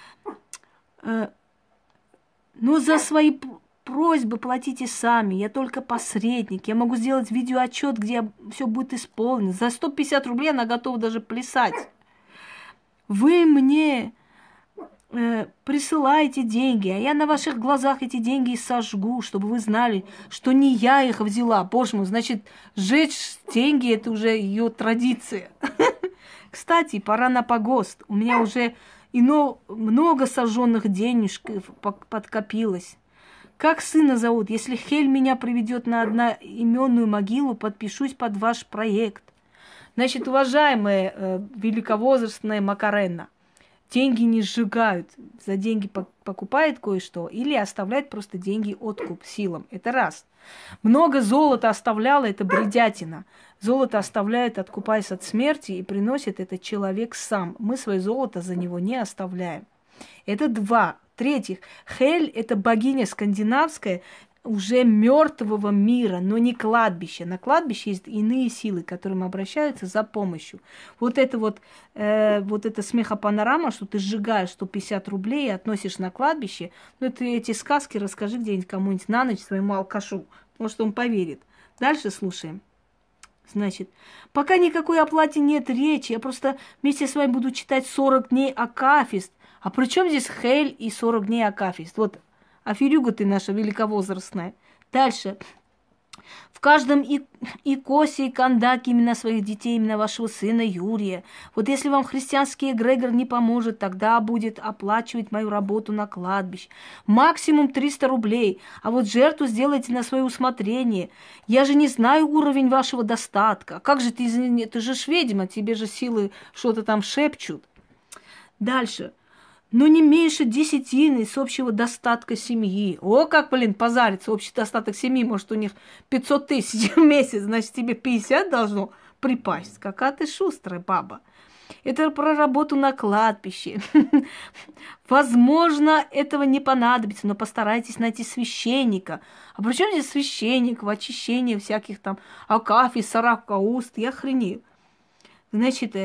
Но за свои просьбы платите сами. Я только посредник. Я могу сделать видеоотчет, где все будет исполнено. За 150 рублей она готова даже плясать. Вы мне присылаете деньги, а я на ваших глазах эти деньги сожгу, чтобы вы знали, что не я их взяла. Боже мой, значит, сжечь деньги – это уже ее традиция. Кстати, пора на погост. У меня уже много сожженных денежек подкопилось. Как сына зовут? Если Хель меня приведет на одноименную могилу, подпишусь под ваш проект. Значит, уважаемая великовозрастная Макарена, деньги не сжигают, за деньги покупает кое-что или оставляет просто деньги откуп силам. Это раз. Много золота оставляла, это бредятина. Золото оставляет, откупаясь от смерти, и приносит этот человек сам. Мы свое золото за него не оставляем. Это два. В-третьих, Хель – это богиня скандинавская, уже мертвого мира, но не кладбище. На кладбище есть иные силы, к которым обращаются за помощью. Вот эта смехопанорама, что ты сжигаешь 150 рублей и относишь на кладбище, ну, ты эти сказки расскажи где-нибудь кому-нибудь на ночь своему алкашу. Может, он поверит. Дальше слушаем. Значит, пока никакой оплате нет речи, я просто вместе с вами буду читать 40 дней Акафист. А при чем здесь Хель и 40 дней Акафист? Вот, аферюга ты наша великовозрастная. Дальше. В каждом и Косе, и Кандаке имена своих детей, имена вашего сына Юрия. Вот если вам христианский эгрегор не поможет, тогда будет оплачивать мою работу на кладбище. Максимум 300 рублей. А вот жертву сделайте на свое усмотрение. Я же не знаю уровень вашего достатка. Как же ты же ж ведьма, тебе же силы что-то там шепчут. Дальше. Но не меньше 10 с общего достатка семьи. О, как, блин, позарится. Общий достаток семьи, может, у них 500 тысяч в месяц, значит, тебе 50 должно припасть. Какая ты шустрая баба. Это про работу на кладбище. Возможно, этого не понадобится, но постарайтесь найти священника. А при чем здесь священник в очищении всяких там акафий, сорокауст? Я охренею. Значит,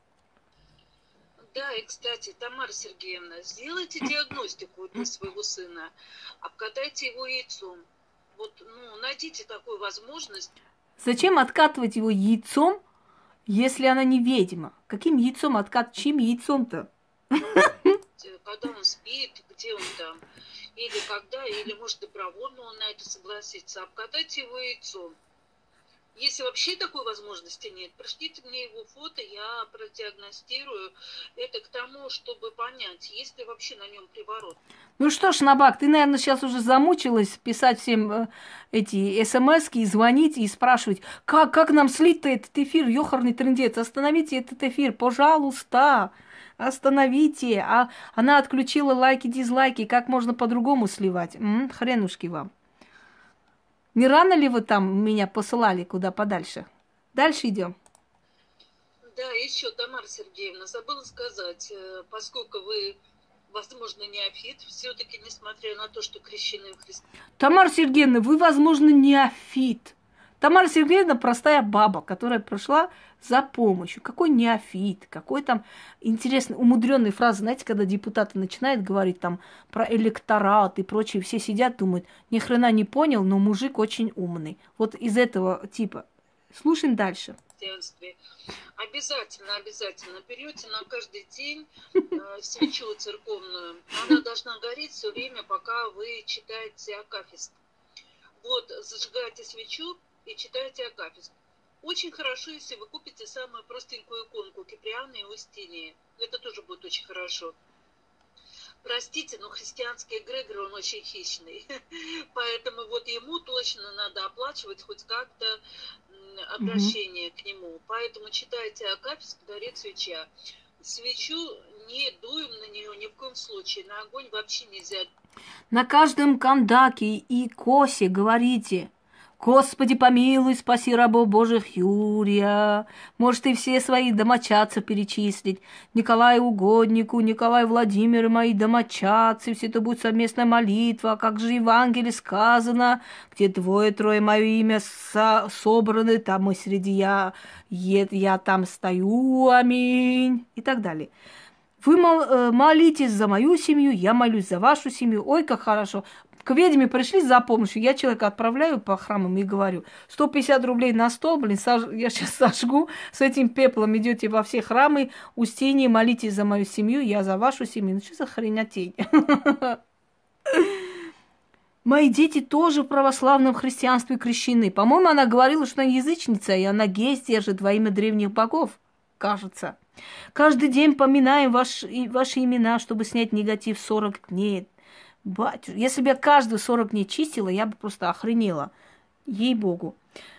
Да, и, кстати, Тамара Сергеевна, сделайте диагностику для своего сына, обкатайте его яйцом. Вот, найдите такую возможность. Зачем откатывать его яйцом, если она не ведьма? Каким яйцом откатывать? Чьим яйцом-то? Когда он спит, где он там, или когда, или, может, добровольно он на это согласится, обкатайте его яйцом. Если вообще такой возможности нет, пришлите мне его фото, я продиагностирую. Это к тому, чтобы понять, есть ли вообще на нем приворот. Ну что ж, Набак, ты, наверное, сейчас уже замучилась писать всем эти смски, и звонить и спрашивать, как нам слить-то этот эфир, ёхарный трындец, остановите этот эфир, пожалуйста, остановите. А она отключила лайки, дизлайки, как можно по-другому сливать? Хренушки вам. Не рано ли вы там меня посылали куда подальше? Дальше идем. Да, еще, Тамара Сергеевна, забыла сказать, поскольку вы, возможно, неофит, все-таки, несмотря на то, что крещены в Христе. Тамара Сергеевна, вы, возможно, неофит. Тамара Сергеевна простая баба, которая пришла за помощью. Какой неофит, какой там интересный, умудренные фразы. Знаете, когда депутаты начинают говорить там про электорат и прочее, все сидят, думают, ни хрена не понял, но мужик очень умный. Вот из этого типа. Слушаем дальше. Обязательно берете на каждый день свечу церковную. Она должна гореть все время, пока вы читаете акафист. Вот, зажигаете свечу и читаете акафист. Очень хорошо, если вы купите самую простенькую иконку Киприана и Устинии. Это тоже будет очень хорошо. Простите, но христианский эгрегор, он очень хищный. Поэтому вот ему точно надо оплачивать хоть как-то обращение к нему. Поэтому читайте акафист, горит свеча. Свечу не дуем на нее ни в коем случае. На огонь вообще нельзя. На каждом кандаке и косе говорите: Господи, помилуй, спаси рабов Божьих Юрия. Может, и все свои домочадцы перечислить. Николаю Угоднику, Николаю Владимиру, мои домочадцы. Все это будет совместная молитва. Как же в Евангелии сказано, где 2-3 мое имя собраны, там и среди я там стою, аминь. И так далее. Вы молитесь за мою семью, я молюсь за вашу семью. Ой, как хорошо. К ведьме пришли за помощью, я человека отправляю по храмам и говорю, 150 рублей на стол, блин, я сейчас сожгу, с этим пеплом идете во все храмы, Устиньи, молитесь за мою семью, я за вашу семью. Ну что за хренотень? Мои дети тоже в православном христианстве крещены. По-моему, она говорила, что она язычница, и она гесть держит во имя древних богов, кажется. Каждый день поминаем ваши имена, чтобы снять негатив 40 дней. Батюшка, если бы я каждые 40 дней чистила, я бы просто охренела. Ей-богу.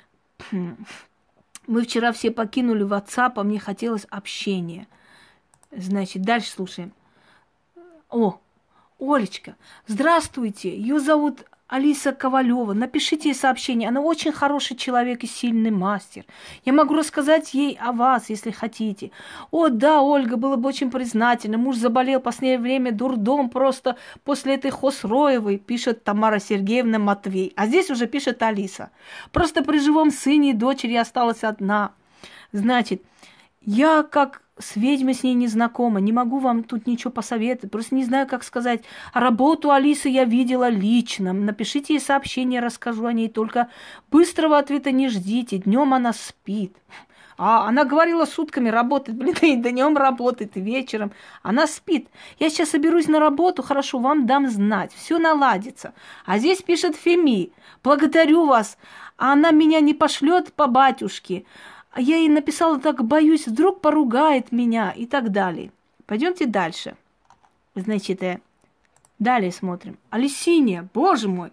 Мы вчера все покинули WhatsApp, а мне хотелось общения. Значит, дальше слушаем. О, Олечка, здравствуйте. Ее зовут Алиса Ковалева. Напишите ей сообщение. Она очень хороший человек и сильный мастер. Я могу рассказать ей о вас, если хотите. О, да, Ольга, было бы очень признательно. Муж заболел в последнее время, дурдом просто после этой Хосроевой, пишет Тамара Сергеевна Матвей. А здесь уже пишет Алиса. Просто при живом сыне и дочери осталась одна. Значит, я как с ведьмой с ней не знакома, не могу вам тут ничего посоветовать, просто не знаю, как сказать. Работу Алисы я видела лично. Напишите ей сообщение, расскажу о ней, только быстрого ответа не ждите. Днем она спит. А она говорила сутками работает, блин, и днем работает, и вечером. Она спит. Я сейчас соберусь на работу, хорошо, вам дам знать. Все наладится. А здесь пишет Феми. Благодарю вас. А она меня не пошлет по батюшке. А я ей написала так, боюсь, вдруг поругает меня и так далее. Пойдемте дальше. Значит, далее смотрим. Алисиния, боже мой.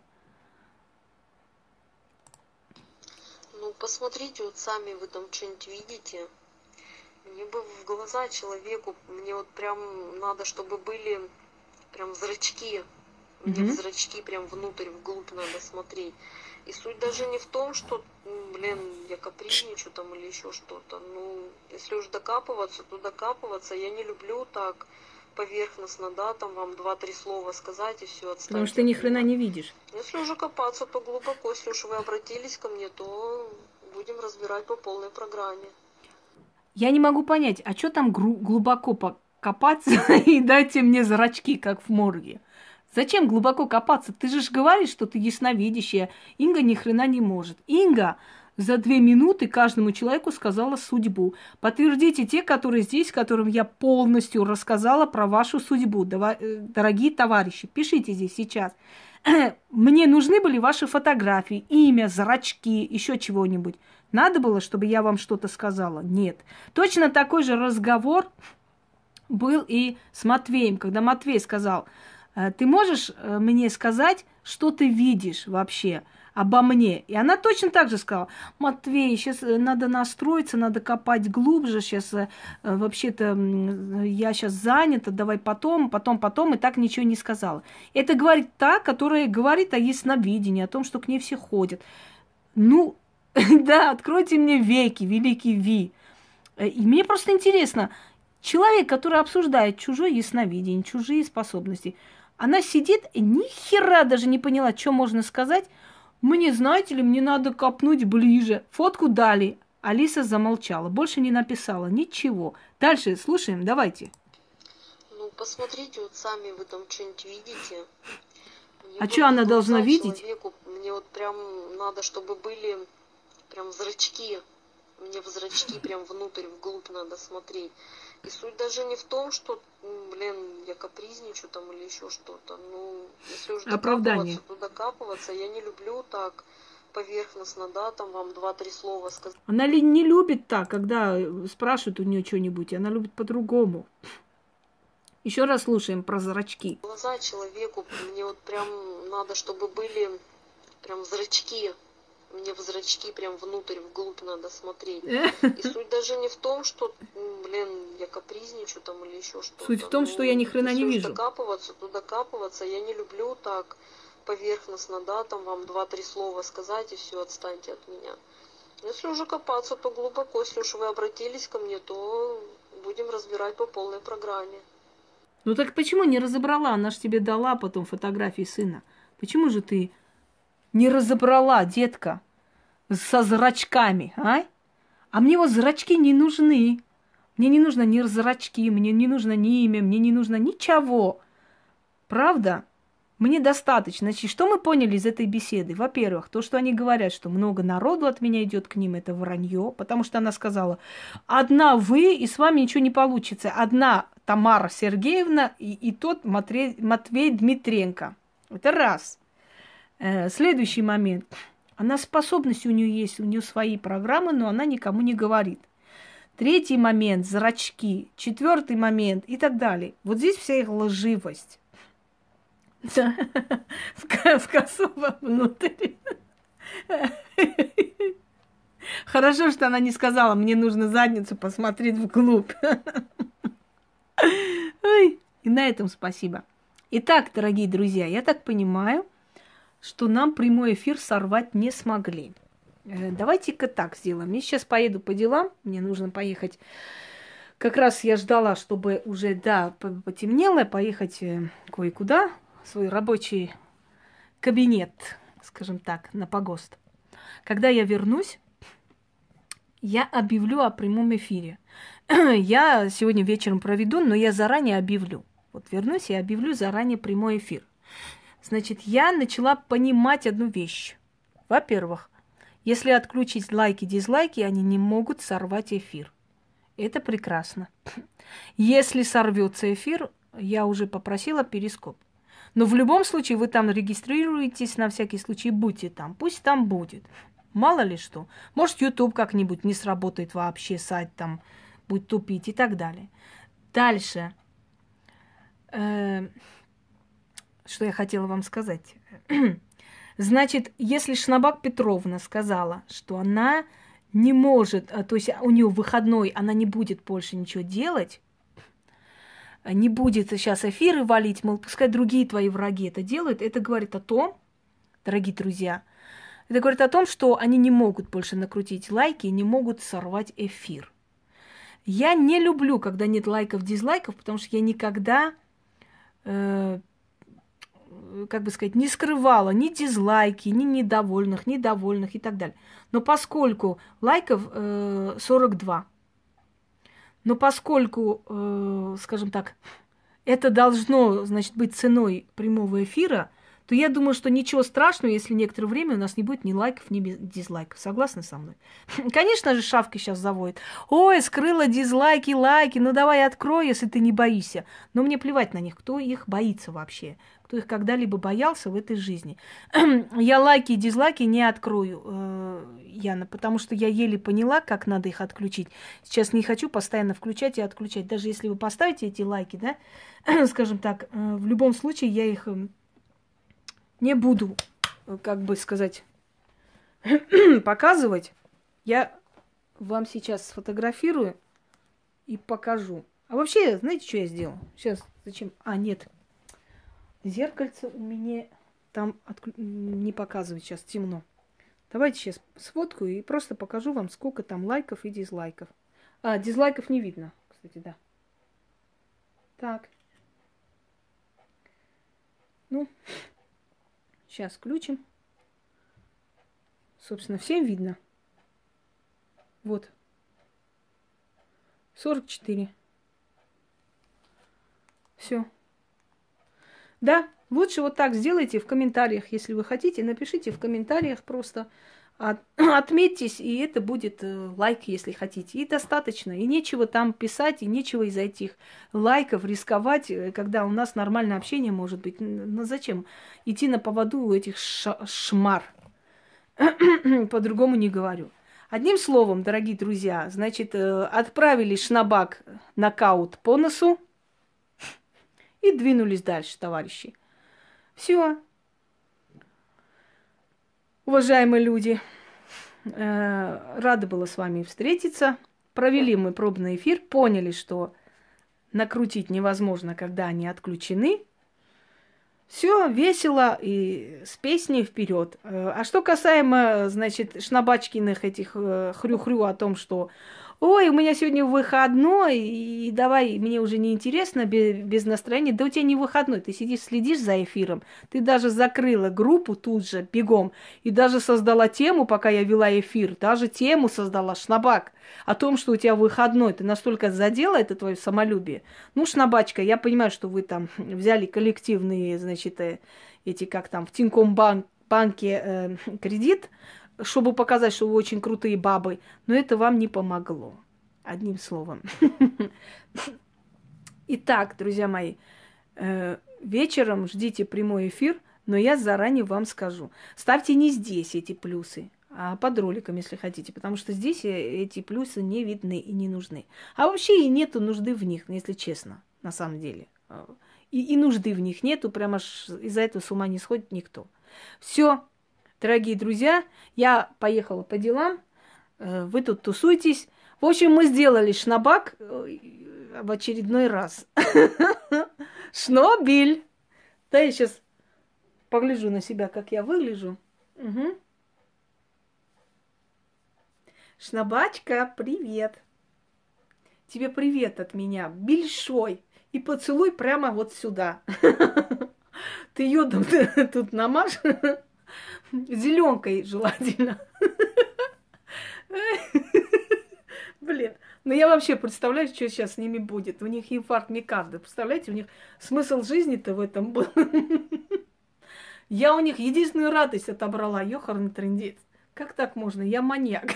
Ну, посмотрите, вот сами вы там что-нибудь видите. Мне бы в глаза человеку, мне вот прям надо, чтобы были прям зрачки. Мне в зрачки прям внутрь, вглубь надо смотреть. И суть даже не в том, что, блин, я капризничаю там или еще что-то. Ну, если уж докапываться, то докапываться. Я не люблю так поверхностно, да, там вам 2-3 слова сказать и все, отстаньте. Потому что ты ни хрена не видишь. Если уже копаться, то глубоко. Если уж вы обратились ко мне, то будем разбирать по полной программе. Я не могу понять, а что там глубоко копаться и дайте мне зрачки, как в морге? Зачем глубоко копаться? Ты же говоришь, что ты ясновидящая. Инга ни хрена не может. Инга за 2 минуты каждому человеку сказала судьбу. Подтвердите те, которые здесь, которым я полностью рассказала про вашу судьбу. Дорогие товарищи, пишите здесь сейчас. Мне нужны были ваши фотографии, имя, зрачки, еще чего-нибудь. Надо было, чтобы я вам что-то сказала? Нет. Точно такой же разговор был и с Матвеем, когда Матвей сказал: ты можешь мне сказать, что ты видишь вообще обо мне? И она точно так же сказала: Матвей, сейчас надо настроиться, надо копать глубже, сейчас вообще-то я сейчас занята, давай потом, и так ничего не сказала. Это говорит та, которая говорит о ясновидении, о том, что к ней все ходят. Ну, да, откройте мне веки, великий Ви. И мне просто интересно, человек, который обсуждает чужое ясновидение, чужие способности, она сидит и ни хера даже не поняла, что можно сказать. Мне, знаете ли, мне надо копнуть ближе. Фотку дали. Алиса замолчала, больше не написала ничего. Дальше слушаем, давайте. Ну, посмотрите, вот сами вы там что-нибудь видите. А что она должна видеть? Человеку, мне вот прям надо, чтобы были прям зрачки. Мне в зрачки прям внутрь, вглубь надо смотреть. И суть даже не в том, что, блин, я капризничаю там или еще что-то. Ну, если уж оправдание, то докапываться. Я не люблю так поверхностно, да, там вам 2-3 слова сказать. Она ли не любит так, когда спрашивают у нее что-нибудь, она любит по-другому. Еще раз слушаем про зрачки. Глаза человеку, мне вот прям надо, чтобы были прям зрачки. Мне в зрачки прям внутрь, вглубь надо смотреть. И суть даже не в том, что, блин, я капризничаю там или еще что-то. Суть в том, что я ни хрена не вижу. Докапываться, то докапываться. Я не люблю так поверхностно, да, там вам 2-3 слова сказать и все, отстаньте от меня. Если уже копаться, то глубоко. Если уж вы обратились ко мне, то будем разбирать по полной программе. Ну так почему не разобрала? Она ж тебе дала потом фотографии сына. Почему же ты не разобрала, детка, со зрачками, а? А мне вот зрачки не нужны. Мне не нужно ни зрачки, мне не нужно ни имя, мне не нужно ничего. Правда? Мне достаточно. Значит, что мы поняли из этой беседы? Во-первых, то, что они говорят, что много народу от меня идет к ним, это вранье, потому что она сказала: одна вы, и с вами ничего не получится. Одна Тамара Сергеевна и тот Матвей Дмитренко. Это раз. Следующий момент. Она способность у нее есть, у нее свои программы, но она никому не говорит. Третий момент – зрачки. Четвертый момент и так далее. Вот здесь вся их лживость. В косу внутри. Хорошо, что она не сказала: мне нужно задницу посмотреть вглубь. Ой, и на этом спасибо. Итак, дорогие друзья, я так понимаю, что нам прямой эфир сорвать не смогли. Давайте-ка так сделаем. Я сейчас поеду по делам. Мне нужно поехать. Как раз я ждала, чтобы уже, да, потемнело, поехать кое-куда, в свой рабочий кабинет, скажем так, на погост. Когда я вернусь, я объявлю о прямом эфире. Я сегодня вечером проведу, но я заранее объявлю. Вот вернусь и объявлю заранее прямой эфир. Значит, я начала понимать одну вещь. Во-первых, Если отключить лайки, дизлайки, они не могут сорвать эфир. Это прекрасно. Если сорвется эфир, я уже попросила перископ. Но в любом случае вы там регистрируетесь на всякий случай, будьте там. Пусть там будет. Мало ли что. Может, YouTube как-нибудь не сработает вообще, сайт там будет тупить и так далее. Дальше. Что я хотела вам сказать? Значит, если Шнабак Петровна сказала, что она не может, то есть у нее выходной, она не будет больше ничего делать, не будет сейчас эфиры валить, мол, пускай другие твои враги это делают, это говорит о том, дорогие друзья, это говорит о том, что они не могут больше накрутить лайки и не могут сорвать эфир. Я не люблю, когда нет лайков, дизлайков, потому что я никогда, как бы сказать, не скрывала ни дизлайки, ни недовольных, ни довольных и так далее. Но поскольку лайков 42, но поскольку, скажем так, это должно, значит, быть ценой прямого эфира, то я думаю, что ничего страшного, если некоторое время у нас не будет ни лайков, ни дизлайков. Согласны со мной? Конечно же, шавки сейчас заводят. Ой, скрыла дизлайки, лайки, ну давай открой, если ты не боишься. Но мне плевать на них, кто их боится вообще, кто их когда-либо боялся в этой жизни. Я лайки и дизлайки не открою, Яна, потому что я еле поняла, как надо их отключить. Сейчас не хочу постоянно включать и отключать. Даже если вы поставите эти лайки, да, скажем так, в любом случае я их не буду, как бы сказать, показывать. Я вам сейчас сфотографирую и покажу. А вообще, знаете, что я сделала? Сейчас, зачем? А, нет. Зеркальце у меня там не показывает, сейчас темно. Давайте сейчас сфоткаю и просто покажу вам, сколько там лайков и дизлайков. А, дизлайков не видно, кстати, да. Так. Ну, сейчас включим. Собственно, всем видно. Вот. 44. Все. Да, лучше вот так сделайте в комментариях, если вы хотите. Напишите в комментариях просто. Отметьтесь, и это будет лайк, если хотите. И достаточно. И нечего там писать, и нечего из-за этих лайков рисковать, когда у нас нормальное общение может быть. Ну зачем идти на поводу у этих шмар? По-другому не говорю. Одним словом, дорогие друзья, значит, отправили Шнабак нокаут по носу и двинулись дальше, товарищи. Все. Уважаемые люди, рада была с вами встретиться. Провели мы пробный эфир, поняли, что накрутить невозможно, когда они отключены. Все весело и с песней вперед. А что касаемо, значит, Шнабачкиных этих хрю-хрю о том, что ой, у меня сегодня выходной, и давай, мне уже не интересно, без настроения. Да у тебя не выходной, ты сидишь, следишь за эфиром. Ты даже закрыла группу тут же, бегом, и даже создала тему, пока я вела эфир, даже тему создала, Шнабак, о том, что у тебя выходной. Ты настолько задела это твое самолюбие. Ну, Шнабачка, я понимаю, что вы там взяли коллективные, значит, эти, как там, в Тинькофф-банке кредит, чтобы показать, что вы очень крутые бабы. Но это вам не помогло. Одним словом. Итак, друзья мои, вечером ждите прямой эфир, но я заранее вам скажу. Ставьте не здесь эти плюсы, а под роликом, если хотите, потому что здесь эти плюсы не видны и не нужны. А вообще и нету нужды в них, если честно, на самом деле. И нужды в них нету, прямо из-за этого с ума не сходит никто. Все. Дорогие друзья, я поехала по делам, вы тут тусуйтесь. В общем, мы сделали Шнабак в очередной раз. Шнобель. Да, я сейчас погляжу на себя, как я выгляжу. Угу. Шнабачка, привет. Тебе привет от меня, большой. И поцелуй прямо вот сюда. Ты йодом тут намажь. Зеленкой желательно. Блин. Ну я вообще представляю, что сейчас с ними будет. У них инфаркт миокарда. Представляете, у них смысл жизни-то в этом был. Я у них единственную радость отобрала. Ёхарный трындец. Как так можно? Я маньяк.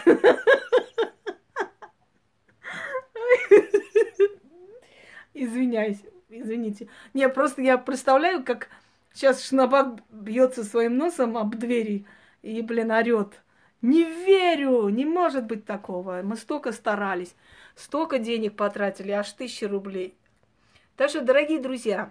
Извиняюсь, извините. Не, просто я представляю, как сейчас Шнабак бьется своим носом об двери и, блин, орет. Не верю, не может быть такого. Мы столько старались, столько денег потратили, аж 1000 рублей. Так что, дорогие друзья,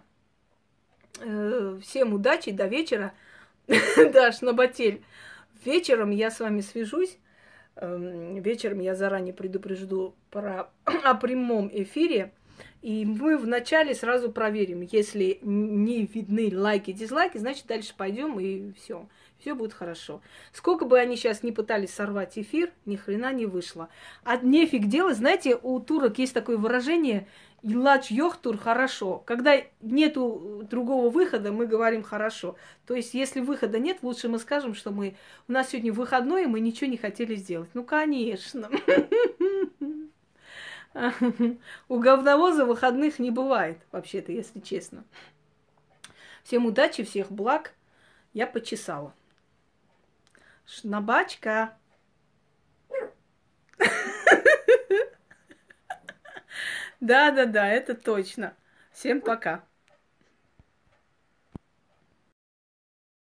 всем удачи, до вечера. Да, Шнабатель. Вечером я с вами свяжусь. Вечером я заранее предупрежду о прямом эфире. И мы вначале сразу проверим. Если не видны лайки, дизлайки, значит, дальше пойдем и все. Все будет хорошо. Сколько бы они сейчас не пытались сорвать эфир, ни хрена не вышло. А нефиг делать. Знаете, у турок есть такое выражение «Илач йохтур» хорошо. Когда нету другого выхода, мы говорим «хорошо». То есть, если выхода нет, лучше мы скажем, что у нас сегодня выходной, и мы ничего не хотели сделать. Ну, конечно. У говновоза выходных не бывает, вообще-то, если честно. Всем удачи, всех благ. Я почесала. Шнабачка. Да, это точно. Всем пока.